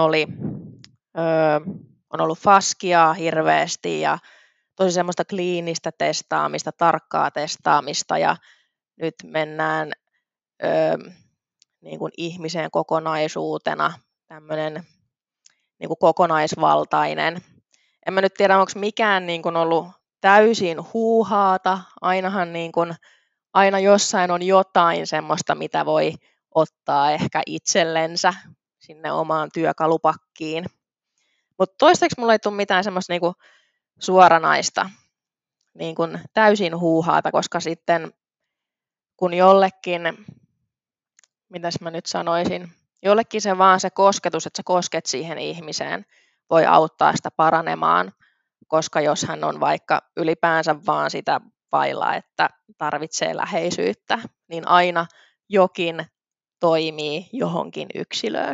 on ollut fasciaa hirveästi ja tosi semmoista kliinistä testaamista, tarkkaa testaamista. Ja nyt mennään niin kuin ihmiseen kokonaisuutena, tämmöinen niin kuin kokonaisvaltainen. En mä nyt tiedä, onko mikään niin kuin ollut täysin huuhaata. Aina jossain on jotain semmoista, mitä voi ottaa ehkä itsellensä sinne omaan työkalupakkiin. Mutta toistaiseksi mulla ei tule mitään semmoista niin kuin suoranaista niin kuin täysin huuhaata, koska sitten kun jollekin, mitäs mä nyt sanoisin, jollekin se vaan se kosketus, että sä kosket siihen ihmiseen, voi auttaa sitä paranemaan, koska jos hän on vaikka ylipäänsä vaan sitä vailla, että tarvitsee läheisyyttä, niin aina jokin toimii johonkin yksilöön.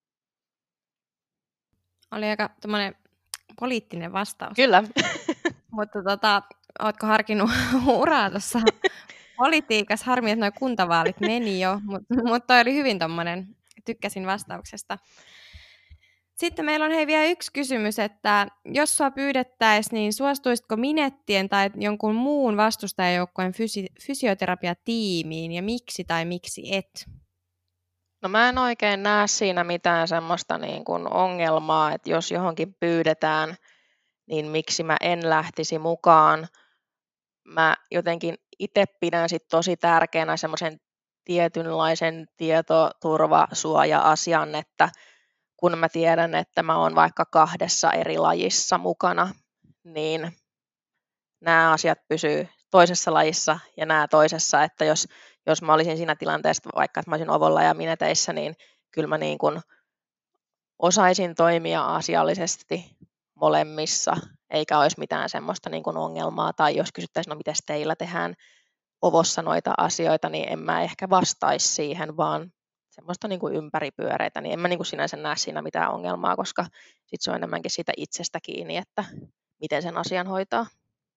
Oli aika tämmöinen poliittinen vastaus. Kyllä. Mutta ootko harkinnut uraa tuossa politiikassa? Harmi, että nuo kuntavaalit meni jo, mutta toi oli hyvin tommonen, tykkäsin vastauksesta. Sitten meillä on vielä yksi kysymys, että jos sua pyydettäisiin, niin suostuisitko Minettien tai jonkun muun vastustajajoukkueen fysioterapiatiimiin ja miksi tai miksi et? No mä en oikein näe siinä mitään semmoista niin kuin ongelmaa, että jos johonkin pyydetään, niin miksi mä en lähtisi mukaan. Mä jotenkin itse pidän sit tosi tärkeänä semmoisen tietynlaisen tietoturvasuoja-asian, että kun mä tiedän, että mä oon vaikka 2 eri lajissa mukana, niin nämä asiat pysyy toisessa lajissa ja nämä toisessa, että jos mä olisin siinä tilanteessa, vaikka että mä olisin Ovolla ja Mineteissä, niin kyllä mä niin kuin osaisin toimia asiallisesti molemmissa, eikä olisi mitään semmoista niin kuin ongelmaa, tai jos kysyttäisiin, no miten teillä tehdään Ovossa noita asioita, niin en mä ehkä vastaisi siihen, vaan semmoista niin kuin ympäripyöreitä, niin en mä niin kuin sinänsä näe siinä mitään ongelmaa, koska sit se on enemmänkin siitä itsestä kiinni, että miten sen asian hoitaa.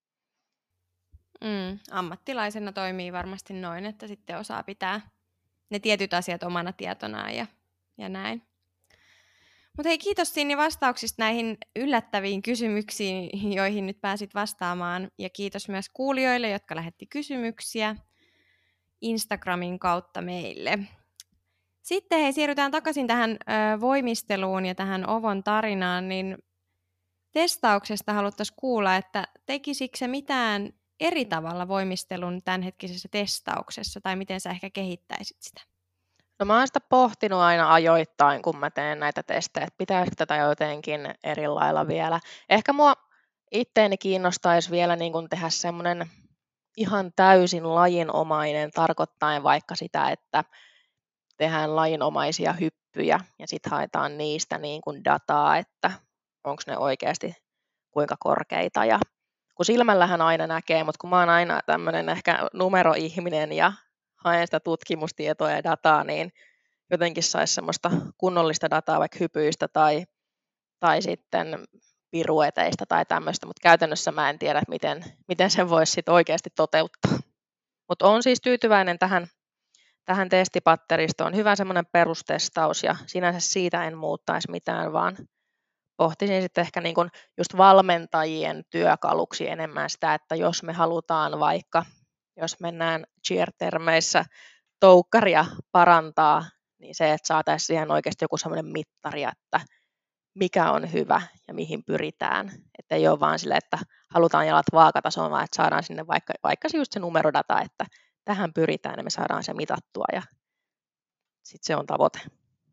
Ammattilaisena toimii varmasti noin, että sitten osaa pitää ne tietyt asiat omana tietonaan ja näin. Mutta hei, kiitos Sinni vastauksista näihin yllättäviin kysymyksiin, joihin nyt pääsit vastaamaan. Ja kiitos myös kuulijoille, jotka lähetti kysymyksiä Instagramin kautta meille. Sitten hei, siirrytään takaisin tähän voimisteluun ja tähän Ovon tarinaan, niin testauksesta haluttaisiin kuulla, että tekisikö se mitään eri tavalla voimistelun tämänhetkisessä testauksessa, tai miten sä ehkä kehittäisit sitä? No mä oon sitä pohtinut aina ajoittain, kun mä teen näitä testejä, että pitäisikö tätä jotenkin eri lailla vielä. Ehkä mua itteeni kiinnostaisi vielä niin kuin tehdä semmoinen ihan täysin lajinomainen, tarkoittaen vaikka sitä, että tehdään lajinomaisia hyppyjä ja sitten haetaan niistä niin kuin dataa, että onko ne oikeasti kuinka korkeita. Ja kun silmällähän aina näkee, mutta kun mä oon aina tämmöinen ehkä numeroihminen ja haen sitä tutkimustietoa ja dataa, niin jotenkin saisi semmoista kunnollista dataa vaikka hypyistä tai sitten pirueteista tai tämmöistä, mutta käytännössä mä en tiedä, miten sen voisi sitten oikeasti toteuttaa. Mutta olen siis tyytyväinen tähän testipatteristoon. Hyvä semmoinen perustestaus ja sinänsä siitä en muuttaisi mitään, vaan pohtisin sitten ehkä niin kuin just valmentajien työkaluksi enemmän sitä, että jos me halutaan vaikka, jos mennään cheer-termeissä toukkaria parantaa, niin se, että saataisiin siihen oikeasti joku semmoinen mittari, että mikä on hyvä ja mihin pyritään. Että ei ole vaan sille, että halutaan jalat vaakatasoon, vaan että saadaan sinne vaikka just se numerodata, että tähän pyritään ja me saadaan se mitattua ja sitten se on tavoite.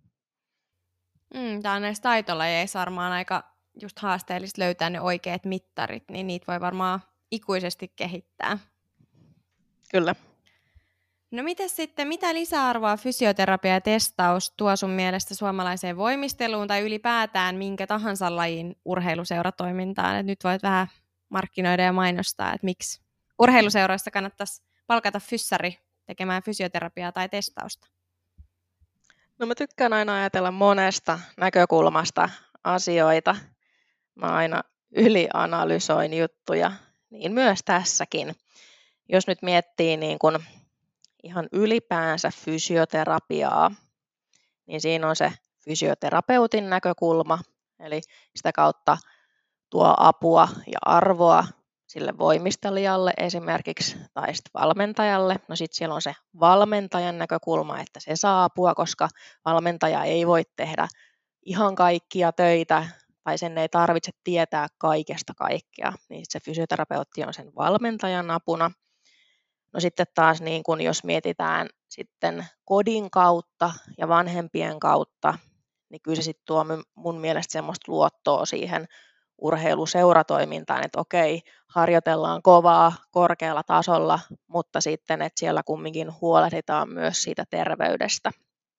Tämä on näissä taitolajeissa varmaan aika just haasteellista löytää ne oikeat mittarit, niin niitä voi varmaan ikuisesti kehittää. Kyllä. No mites sitten, mitä lisäarvoa fysioterapia ja testaus tuo sun mielestä suomalaiseen voimisteluun tai ylipäätään minkä tahansa lajin urheiluseuratoimintaan? Et nyt voit vähän markkinoida ja mainostaa, että miksi urheiluseuroissa kannattaisi palkata fyssari tekemään fysioterapiaa tai testausta. No mä tykkään aina ajatella monesta näkökulmasta asioita. Mä aina ylianalysoin juttuja, niin myös tässäkin. Jos nyt miettii niin kun ihan ylipäänsä fysioterapiaa, niin siinä on se fysioterapeutin näkökulma, eli sitä kautta tuo apua ja arvoa sille voimistelijalle esimerkiksi tai sitten valmentajalle. No sitten siellä on se valmentajan näkökulma, että se saa apua, koska valmentaja ei voi tehdä ihan kaikkia töitä tai sen ei tarvitse tietää kaikesta kaikkea. Niin se fysioterapeutti on sen valmentajan apuna. No sitten taas niin kun jos mietitään sitten kodin kautta ja vanhempien kautta, niin kyllä se sitten tuo mun mielestä semmoista luottoa siihen urheiluseuratoimintaan, että okei, harjoitellaan kovaa, korkealla tasolla, mutta sitten, että siellä kumminkin huolehditaan myös siitä terveydestä.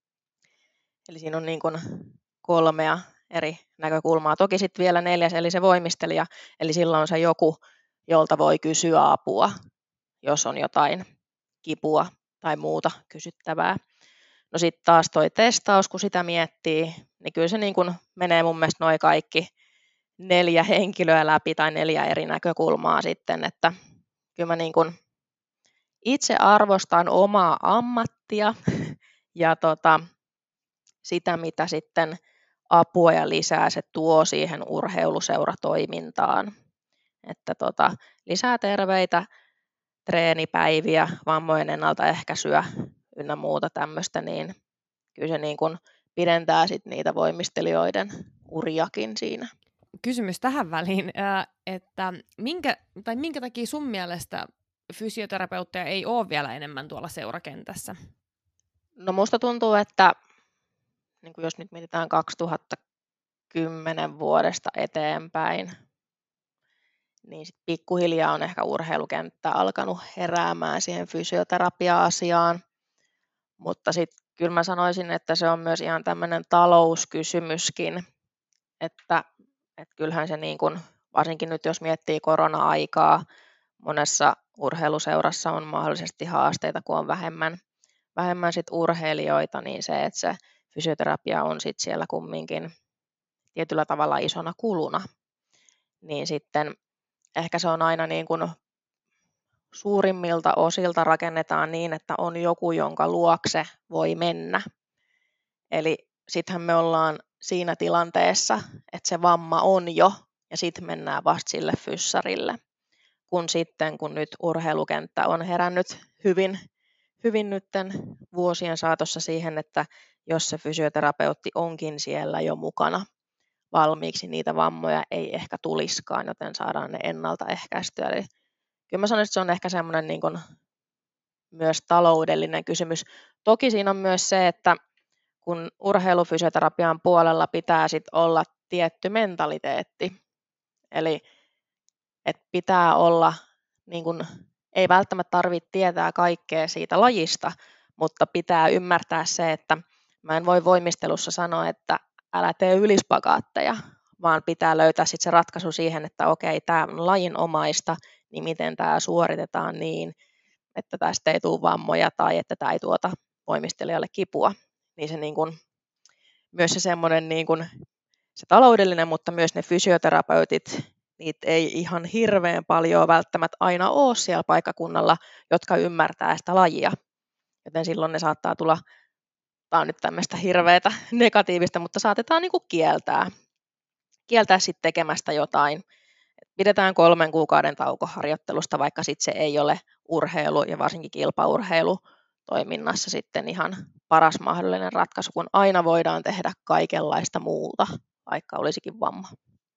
Eli siinä on niin kuin 3 eri näkökulmaa. Toki sitten vielä 4, eli se voimistelija, eli silloin on se joku, jolta voi kysyä apua, jos on jotain kipua tai muuta kysyttävää. No sitten taas toi testaus, kun sitä miettii, niin kyllä se niin kuin menee mun mielestä noi kaikki 4 henkilöä läpi tai 4 eri näkökulmaa sitten, että kyllä mä niin kuin itse arvostan omaa ammattia ja sitä, mitä sitten apua ja lisää se tuo siihen urheiluseuratoimintaan. Että lisää terveitä treenipäiviä, vammojen ennaltaehkäisyä ynnä muuta tämmöistä, niin kyllä se niin kuin pidentää sit niitä voimistelijoiden uriakin siinä. Kysymys tähän väliin, että minkä takia sun mielestä fysioterapeutteja ei ole vielä enemmän tuolla seurakentässä? No musta tuntuu, että niin kuin jos nyt mietitään 2010 vuodesta eteenpäin, niin sit pikkuhiljaa on ehkä urheilukenttä alkanut heräämään siihen fysioterapia-asiaan. Mutta sitten kyllä mä sanoisin, että se on myös ihan tämmöinen talouskysymyskin, että kyllähän se niin kuin, varsinkin nyt jos miettii korona-aikaa, monessa urheiluseurassa on mahdollisesti haasteita, kun on vähemmän sit urheilijoita, niin se, että se fysioterapia on sit siellä kumminkin tietyllä tavalla isona kuluna, niin sitten ehkä se on aina niin kuin suurimmilta osilta rakennetaan niin, että on joku, jonka luokse voi mennä. Eli sittenhän me ollaan siinä tilanteessa, että se vamma on jo, ja sitten mennään vasta sille fyssarille. Kun nyt urheilukenttä on herännyt hyvin nytten vuosien saatossa siihen, että jos se fysioterapeutti onkin siellä jo mukana valmiiksi, niitä vammoja ei ehkä tuliskaan, joten saadaan ne ennaltaehkäistyä. Eli kyllä mä sanoisin, että se on ehkä semmoinen niin kuin myös taloudellinen kysymys. Toki siinä on myös se, että kun urheilufysioterapian puolella pitää sit olla tietty mentaliteetti, eli että pitää olla, niin kun, ei välttämättä tarvitse tietää kaikkea siitä lajista, mutta pitää ymmärtää se, että mä en voi voimistelussa sanoa, että älä tee ylispagaatteja, vaan pitää löytää sit se ratkaisu siihen, että okei, tämä on lajinomaista, niin miten tämä suoritetaan niin, että tästä ei tule vammoja tai että tämä ei tuota voimistelijalle kipua. Niin se niin kun, myös se semmoinen niin kun, se taloudellinen, mutta myös ne fysioterapeutit, niitä ei ihan hirveän paljon välttämättä aina ole siellä paikkakunnalla, jotka ymmärtää sitä lajia. Joten silloin ne saattaa tulla, tämä on nyt tämmöistä hirveätä negatiivista, mutta saatetaan niin kuin kieltää sitten tekemästä jotain. Pidetään 3 kuukauden tauko harjoittelusta, vaikka sitten se ei ole urheilu ja varsinkin kilpaurheilu toiminnassa sitten ihan paras mahdollinen ratkaisu, kun aina voidaan tehdä kaikenlaista muuta, vaikka olisikin vamma.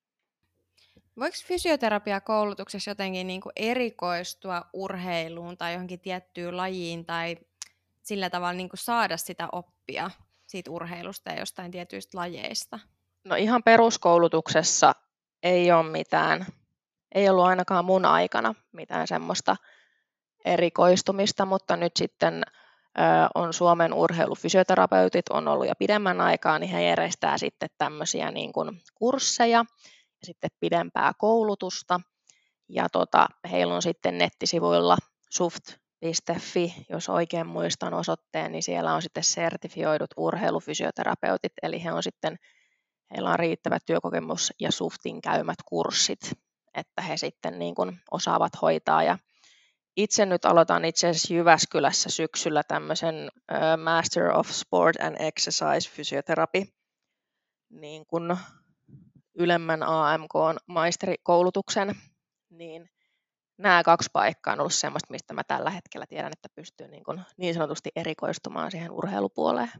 Voiko fysioterapiakoulutuksessa jotenkin niin kuin erikoistua urheiluun tai johonkin tiettyyn lajiin tai sillä tavalla niin kuin saada sitä oppia siitä urheilusta ja jostain tietyistä lajeista? No ihan peruskoulutuksessa ei ole mitään, ei ollut ainakaan mun aikana mitään semmoista erikoistumista, mutta nyt sitten on Suomen urheilufysioterapeutit, on ollut jo pidemmän aikaa, niin he järjestää sitten tämmöisiä niin kuin kursseja ja sitten pidempää koulutusta. Ja heillä on sitten nettisivuilla suft.fi, jos oikein muistan osoitteen, niin siellä on sitten sertifioidut urheilufysioterapeutit, eli heillä on riittävä työkokemus ja Suftin käymät kurssit, että he sitten niin kuin osaavat hoitaa. Ja itse nyt aloitan itse asiassa Jyväskylässä syksyllä tämmöisen Master of Sport and Exercise Physiotherapy, niin kuin ylemmän AMK-maisterikoulutuksen, niin nämä 2 paikkaa on ollut semmoista, mistä mä tällä hetkellä tiedän, että pystyy niin sanotusti erikoistumaan siihen urheilupuoleen.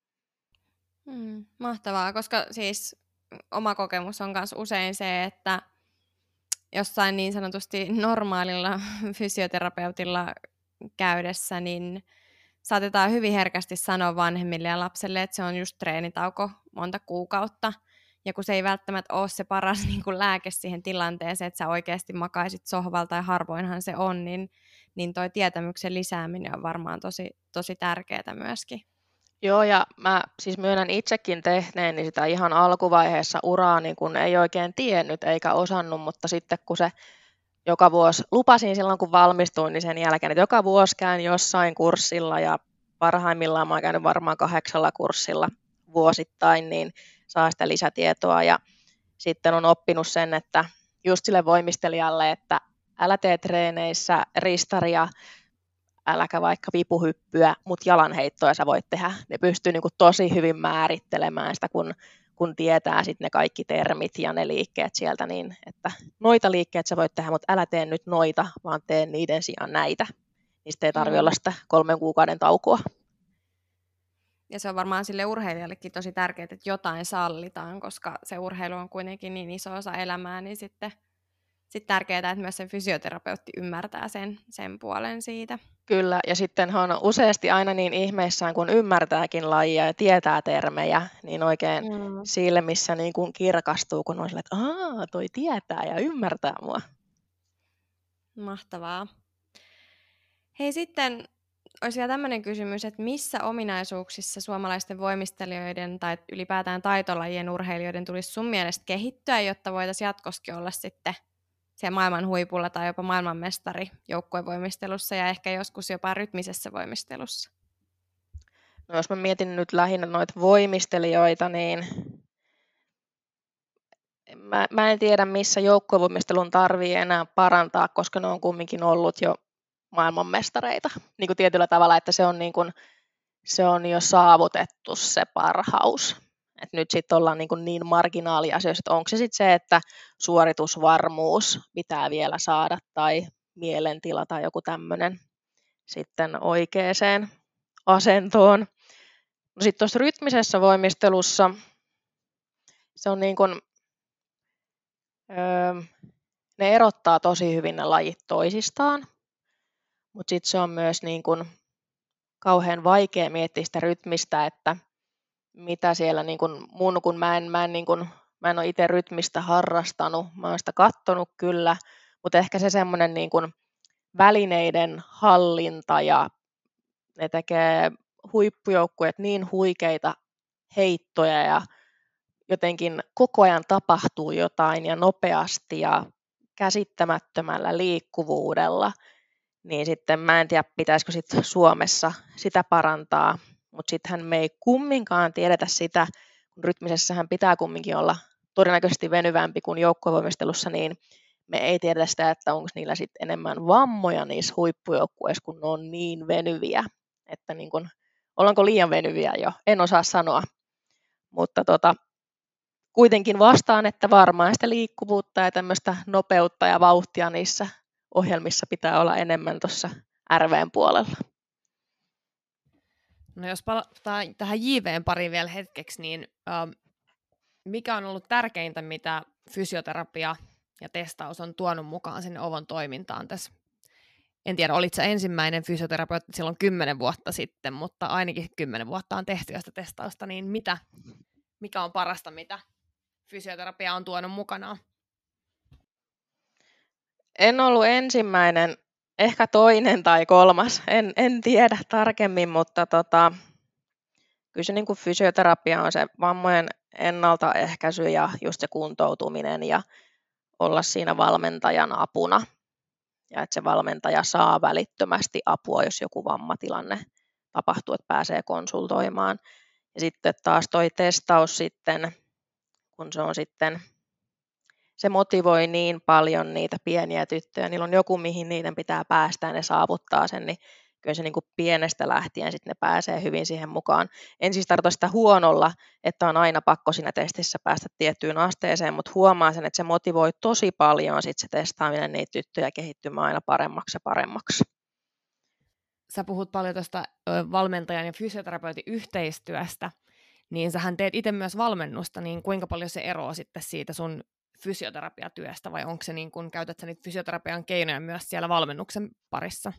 Mahtavaa, koska siis oma kokemus on myös usein se, että jossain niin sanotusti normaalilla fysioterapeutilla käydessä, niin saatetaan hyvin herkästi sanoa vanhemmille ja lapselle, että se on just treenitauko monta kuukautta. Ja kun se ei välttämättä ole se paras niin kuin lääke siihen tilanteeseen, että sä oikeasti makaisit sohvalta ja harvoinhan se on, niin toi tietämyksen lisääminen on varmaan tosi tärkeää myöskin. Joo, ja mä siis myönnän itsekin tehneeni sitä ihan alkuvaiheessa uraa, niin kun ei oikein tiennyt eikä osannut, mutta sitten kun se joka vuosi, lupasin silloin kun valmistuin, niin sen jälkeen, että joka vuosi käyn jossain kurssilla ja parhaimmillaan mä oon käynyt varmaan 8 kurssilla vuosittain, niin saa sitä lisätietoa ja sitten on oppinut sen, että just sille voimistelijalle, että älä tee treeneissä ristaria, äläkä vaikka vipuhyppyä, mutta jalanheittoja sä voit tehdä. Ne pystyy niin kuin tosi hyvin määrittelemään sitä, kun kun tietää sitten ne kaikki termit ja ne liikkeet sieltä, niin että noita liikkeet sä voit tehdä, mutta älä tee nyt noita, vaan tee niiden sijaan näitä. Niistä ei tarvitse olla sitä 3 kuukauden taukoa. Ja se on varmaan sille urheilijallekin tosi tärkeää, että jotain sallitaan, koska se urheilu on kuitenkin niin iso osa elämää, niin sitten tärkeää, että myös se fysioterapeutti ymmärtää sen puolen siitä. Kyllä, ja sitten hän on useasti aina niin ihmeissään, kun ymmärtääkin lajia ja tietää termejä, niin oikein sille, missä niin kuin kirkastuu, kun on sille, että toi tietää ja ymmärtää mua. Mahtavaa. Hei, sitten olisi vielä tämmöinen kysymys, että missä ominaisuuksissa suomalaisten voimistelijoiden tai ylipäätään taitolajien urheilijoiden tulisi sun mielestä kehittyä, jotta voitaisiin jatkossakin olla sitten siellä maailman huipulla tai jopa maailmanmestari joukkuevoimistelussa ja ehkä joskus jopa rytmisessä voimistelussa? No jos mä mietin nyt lähinnä noita voimistelijoita, niin mä en tiedä, missä joukkuevoimistelun tarvii enää parantaa, koska ne on kumminkin ollut jo maailmanmestareita. Niin kuin tietyllä tavalla, että se on jo saavutettu se parhaus. Et nyt sitten ollaan niin marginaaliasioissa, että onko se sitten se, että suoritusvarmuus pitää vielä saada tai mielentila tai joku tämmöinen sitten oikeaan asentoon. No sitten tuossa rytmisessä voimistelussa se on ne erottaa tosi hyvin ne lajit toisistaan, mutta sitten se on myös kauhean vaikea miettiä sitä rytmistä, että mitä siellä kun mä en ole itse rytmistä harrastanut, mä oon sitä katsonut kyllä, mutta ehkä se semmoinen välineiden hallinta ja ne tekee huippujoukkueet niin huikeita heittoja ja jotenkin koko ajan tapahtuu jotain ja nopeasti ja käsittämättömällä liikkuvuudella, niin sitten mä en tiedä, pitäisikö sitten Suomessa sitä parantaa, mutta sittenhän me ei kumminkaan tiedetä sitä, kun rytmisessähän pitää kumminkin olla todennäköisesti venyvämpi kuin joukkuevoimistelussa, niin me ei tiedetä sitä, että onko niillä sitten enemmän vammoja niissä huippujoukkueissa, kun ne on niin venyviä, että ollaanko liian venyviä jo, en osaa sanoa, mutta kuitenkin vastaan, että varmaan sitä liikkuvuutta ja tämmöistä nopeutta ja vauhtia niissä ohjelmissa pitää olla enemmän tuossa RVn puolella. No jos palataan tähän JVn pariin vielä hetkeksi, niin mikä on ollut tärkeintä, mitä fysioterapia ja testaus on tuonut mukaan sinne Ovon toimintaan tässä? En tiedä, olit sä ensimmäinen fysioterapeutti silloin 10 vuotta sitten, mutta ainakin 10 vuotta on tehty sitä testausta, niin mikä on parasta, mitä fysioterapia on tuonut mukanaan? En ollut ensimmäinen, ehkä toinen tai kolmas, en tiedä tarkemmin, mutta kyllä se fysioterapia on se vammojen ennaltaehkäisy ja just se kuntoutuminen ja olla siinä valmentajan apuna. Ja että se valmentaja saa välittömästi apua, jos joku vammatilanne tapahtuu, että pääsee konsultoimaan. Ja sitten taas toi testaus sitten, kun se on sitten, se motivoi niin paljon niitä pieniä tyttöjä, niillä on joku, mihin niiden pitää päästä ja ne saavuttaa sen, niin kyllä se pienestä lähtien sitten ne pääsee hyvin siihen mukaan. En siis tarkoita sitä huonolla, että on aina pakko siinä testissä päästä tiettyyn asteeseen, mutta huomaa sen, että se motivoi tosi paljon sit se testaaminen niitä tyttöjä kehittymään aina paremmaksi ja paremmaksi. Sä puhut paljon tuosta valmentajan ja fysioterapeutin yhteistyöstä, niin sähän teet itse myös valmennusta, niin kuinka paljon se eroaa sitten siitä sun fysioterapiatyöstä, vai onko se käytät sä niitä fysioterapian keinoja myös siellä valmennuksen parissa?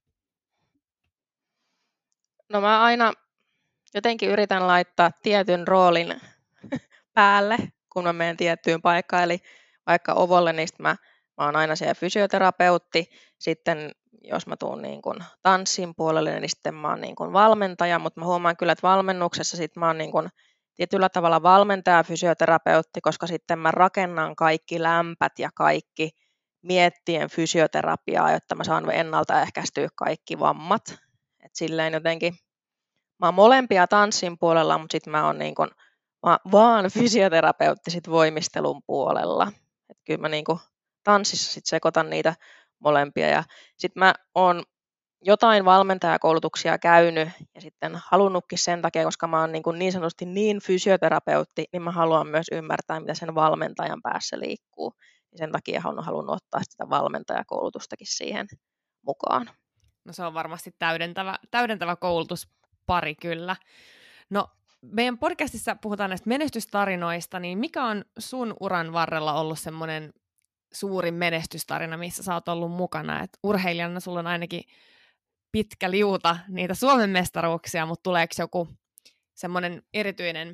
No mä aina jotenkin yritän laittaa tietyn roolin päälle, kun mä menen tiettyyn paikkaan, eli vaikka Ovolle, niin mä oon aina siellä fysioterapeutti, sitten jos mä tuun tanssin puolelle, niin sitten mä oon valmentaja, mutta mä huomaan kyllä, että valmennuksessa sit mä oon tietyllä tavalla valmentaja fysioterapeutti, koska sitten mä rakennan kaikki lämpät ja kaikki miettien fysioterapiaa, jotta mä saan ennaltaehkäistyä kaikki vammat. Et silleen jotenkin, mä oon molempia tanssin puolella, mutta sitten mä oon vaan fysioterapeutti sit voimistelun puolella. Et kyllä mä tanssissa sit sekoitan niitä molempia. Ja sitten mä oon jotain valmentajakoulutuksia käynyt ja sitten halunnutkin sen takia, koska mä oon niin sanotusti niin fysioterapeutti, niin mä haluan myös ymmärtää, mitä sen valmentajan päässä liikkuu. Ja sen takia olen halunnut ottaa sitä valmentajakoulutustakin siihen mukaan. No se on varmasti täydentävä koulutuspari kyllä. No meidän podcastissa puhutaan näistä menestystarinoista, niin mikä on sun uran varrella ollut semmoinen suurin menestystarina, missä sä oot ollut mukana? Et urheilijana sulla on ainakin pitkä liuta niitä Suomen mestaruuksia, mutta tuleeko joku semmoinen erityinen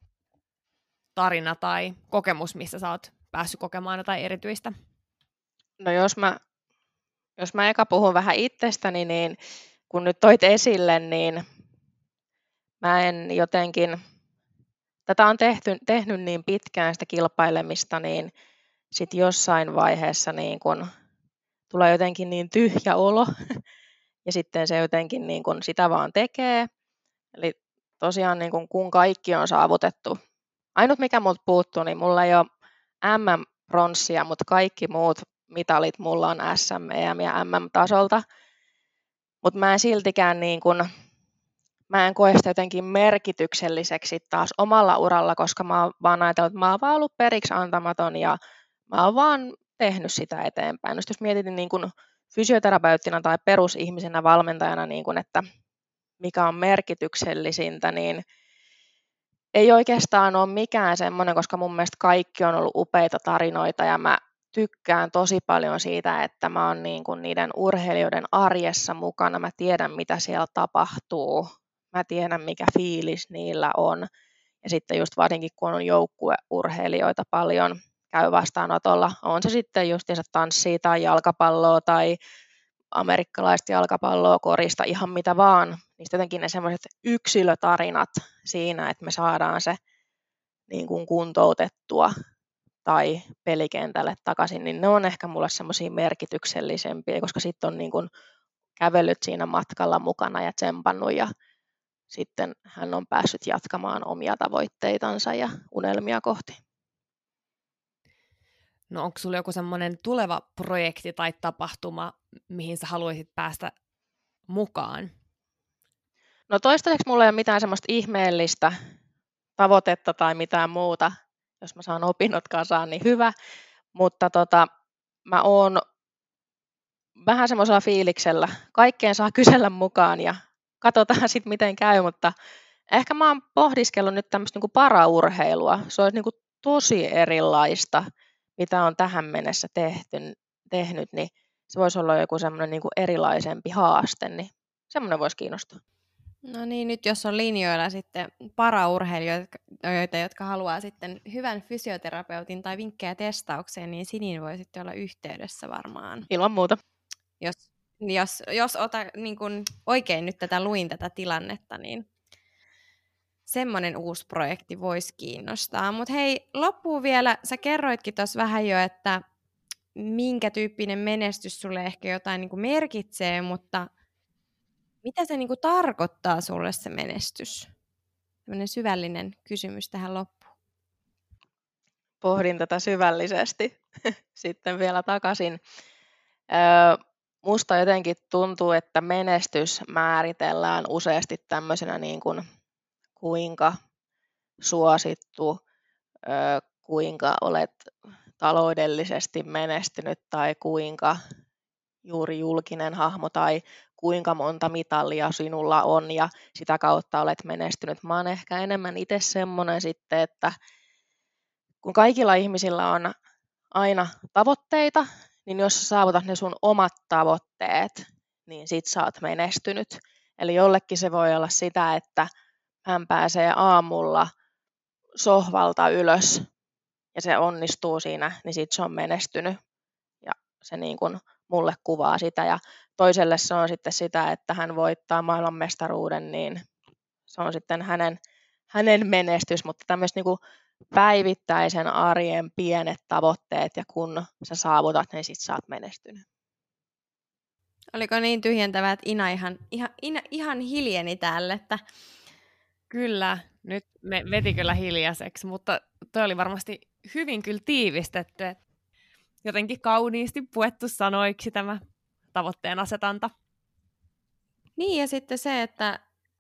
tarina tai kokemus, missä sä oot päässyt kokemaan jotain erityistä? No jos mä eka puhun vähän itsestäni, niin kun nyt toit esille, niin mä en jotenkin, tätä on tehnyt niin pitkään sitä kilpailemista, niin sitten jossain vaiheessa niin kun tulee jotenkin niin tyhjä olo, ja sitten se jotenkin niin kun sitä vaan tekee. Eli tosiaan niin kun kaikki on saavutettu. Ainut mikä multa puuttuu, niin mulla ei ole MM-pronssia, mutta kaikki muut mitalit mulla on SM, EM ja MM-tasolta. Mutta mä en siltikään mä en koe sitä jotenkin merkitykselliseksi taas omalla uralla, koska mä oon vaan ajatellut, että mä oon vaan ollut periksi antamaton ja mä oon vaan tehnyt sitä eteenpäin. Jos mietin niin kuin fysioterapeuttina tai perusihmisenä valmentajana, niin kuin, että mikä on merkityksellisintä, niin ei oikeastaan ole mikään semmoinen, koska mun mielestä kaikki on ollut upeita tarinoita ja mä tykkään tosi paljon siitä, että mä oon niin kuin niiden urheilijoiden arjessa mukana. Mä tiedän, mitä siellä tapahtuu. Mä tiedän, mikä fiilis niillä on. Ja sitten just varsinkin, kun on joukkueurheilijoita paljon, käy vastaanotolla. On se sitten justiinsa tanssia tai jalkapalloa tai amerikkalaista jalkapalloa, korista, ihan mitä vaan. Niistä jotenkin ne semmoiset yksilötarinat siinä, että me saadaan se niin kuin kuntoutettua tai pelikentälle takaisin, niin ne on ehkä mulle semmoisia merkityksellisempiä, koska sitten on niin kuin kävellyt siinä matkalla mukana ja tsempannut ja sitten hän on päässyt jatkamaan omia tavoitteitansa ja unelmia kohti. No onko sulla joku semmoinen tuleva projekti tai tapahtuma, mihin sä haluaisit päästä mukaan? No toistaiseksi mulla ei ole mitään semmoista ihmeellistä tavoitetta tai mitään muuta. Jos mä saan opinnot kasaan, niin hyvä. Mutta mä oon vähän semmoisella fiiliksellä. Kaikkeen saa kysellä mukaan ja katsotaan sitten miten käy, mutta ehkä mä oon pohdiskellut nyt tämmöistä niinku paraurheilua. Se olisi niinku tosi erilaista, mitä on tähän mennessä tehnyt, niin se voisi olla joku semmoinen niinku erilaisempi haaste, niin semmoinen voisi kiinnostaa. No niin, nyt jos on linjoilla sitten paraurheilijoita, jotka haluaa sitten hyvän fysioterapeutin tai vinkkejä testaukseen, niin Sinin voi sitten olla yhteydessä varmaan. Ilman muuta. Jos niin kun oikein nyt luin tätä tilannetta, niin semmoinen uusi projekti voisi kiinnostaa. Mutta hei, loppuun vielä, sä kerroitkin tuossa vähän jo, että minkä tyyppinen menestys sulle ehkä jotain niin kuin merkitsee, mutta mitä se niin kuin tarkoittaa sulle se menestys? Tämmöinen syvällinen kysymys tähän loppuun. Pohdin tätä syvällisesti sitten vielä takaisin. Musta jotenkin tuntuu, että menestys määritellään useasti tämmöisenä niin kuin kuinka suosittu, kuinka olet taloudellisesti menestynyt tai kuinka juuri julkinen hahmo tai kuinka monta mitalia sinulla on ja sitä kautta olet menestynyt. Mä oon ehkä enemmän itse semmoinen sitten, että kun kaikilla ihmisillä on aina tavoitteita, niin jos sä saavutat ne sun omat tavoitteet, niin sit sä oot menestynyt. Eli jollekin se voi olla sitä, että hän pääsee aamulla sohvalta ylös ja se onnistuu siinä, niin sit se on menestynyt. Ja se niin kuin mulle kuvaa sitä. Ja toiselle se on sitten sitä, että hän voittaa maailmanmestaruuden, niin se on sitten hänen menestys. Mutta tämmöiset niin kuin päivittäisen arjen pienet tavoitteet ja kun sä saavutat, niin sit sä oot menestynyt. Oliko niin tyhjentävää, että ihan hiljeni täällä, että Kyllä, nyt me veti kyllä hiljaiseksi, mutta toi oli varmasti hyvin kyllä tiivistetty, että jotenkin kauniisti puettu sanoiksi tämä tavoitteen asetanta. Niin ja sitten se, että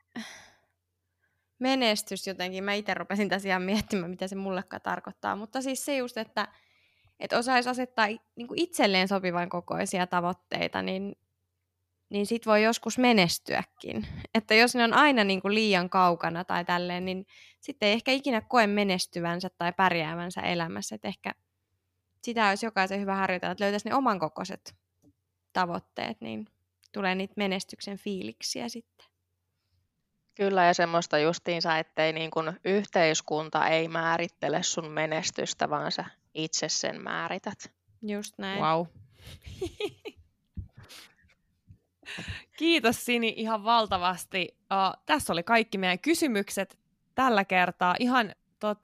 menestys jotenkin, mä itse rupesin tässä ihan miettimään, mitä se mullekaan tarkoittaa, mutta siis se just, että osaisi asettaa niin kuin itselleen sopivan kokoisia tavoitteita, niin sit voi joskus menestyäkin. Että jos ne on aina niin kuin liian kaukana tai tälleen, niin sitten ei ehkä ikinä koe menestyvänsä tai pärjäävänsä elämässä. Että ehkä sitä olisi jokaisen hyvä harjoitella, että löytäisi ne oman kokoiset tavoitteet, niin tulee niitä menestyksen fiiliksiä sitten. Kyllä, ja semmoista justiinsa, ettei niin kun yhteiskunta ei määrittele sun menestystä, vaan sä itse sen määrität. Just näin. Wow. Kiitos Sini ihan valtavasti. Tässä oli kaikki meidän kysymykset tällä kertaa. Ihan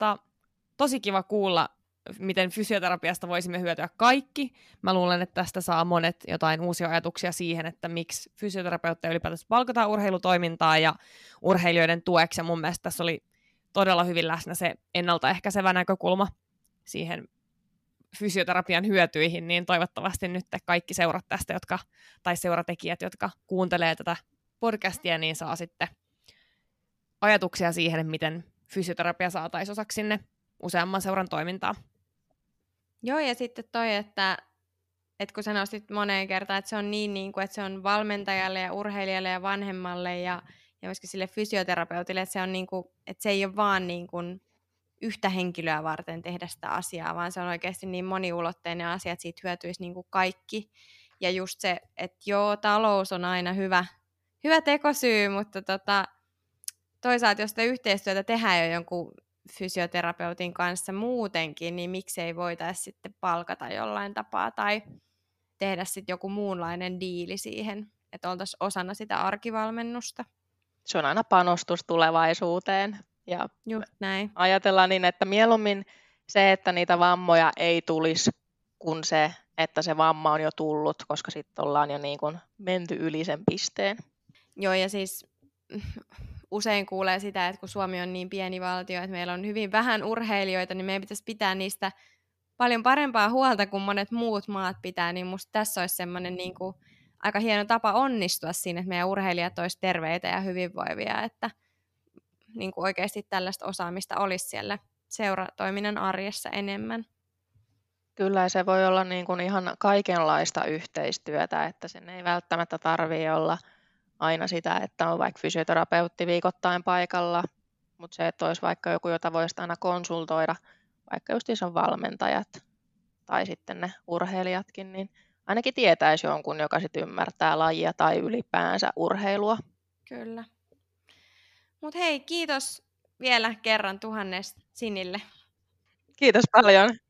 tosi kiva kuulla, miten fysioterapiasta voisimme hyötyä kaikki. Mä luulen, että tästä saa monet jotain uusia ajatuksia siihen, että miksi fysioterapeutteja ylipäätänsä palkataan urheilutoimintaa ja urheilijoiden tueksi. Ja mun mielestä tässä oli todella hyvin läsnä se ennaltaehkäisevä näkökulma siihen fysioterapian hyötyihin, niin toivottavasti nyt kaikki seurat tästä, tai seuratekijät, jotka kuuntelee tätä podcastia, niin saa sitten ajatuksia siihen, miten fysioterapia saataisiin osaksi sinne useamman seuran toimintaa. Joo, ja sitten toi, että kun sä nostit moneen kertaan, että se on niin kuin, että se on valmentajalle ja urheilijalle ja vanhemmalle ja myöskin sille fysioterapeutille, että se on niin kuin, että se ei ole vaan niin kuin yhtä henkilöä varten tehdä sitä asiaa, vaan se on oikeasti niin moniulotteinen asia, että siitä hyötyisi niin kuin kaikki. Ja just se, että joo, talous on aina hyvä tekosyy, mutta toisaalta jos sitä yhteistyötä tehdään jo jonkun fysioterapeutin kanssa muutenkin, niin miksei voitaisi sitten palkata jollain tapaa tai tehdä sitten joku muunlainen diili siihen, että oltaisiin osana sitä arkivalmennusta. Se on aina panostus tulevaisuuteen. Ja just näin. Ajatellaan niin, että mieluummin se, että niitä vammoja ei tulisi, kuin se, että se vamma on jo tullut, koska sitten ollaan jo niin kuin menty yli sen pisteen. Joo, ja siis usein kuulee sitä, että kun Suomi on niin pieni valtio, että meillä on hyvin vähän urheilijoita, niin meidän pitäisi pitää niistä paljon parempaa huolta kuin monet muut maat pitää, niin musta tässä olisi semmoinen niin kuin aika hieno tapa onnistua siinä, että meidän urheilijat olisi terveitä ja hyvinvoivia, että niin kuin oikeasti tällaista osaamista olisi siellä seuratoiminnan arjessa enemmän. Kyllä, ja se voi olla niin kuin ihan kaikenlaista yhteistyötä, että sen ei välttämättä tarvitse olla aina sitä, että on vaikka fysioterapeutti viikoittain paikalla, mutta se, että olisi vaikka joku, jota voisi aina konsultoida, vaikka just on valmentajat tai sitten ne urheilijatkin, niin ainakin tietäisi jonkun, joka sitten ymmärtää lajia tai ylipäänsä urheilua. Kyllä. Mutta hei, kiitos vielä kerran 1000 Sinille. Kiitos paljon.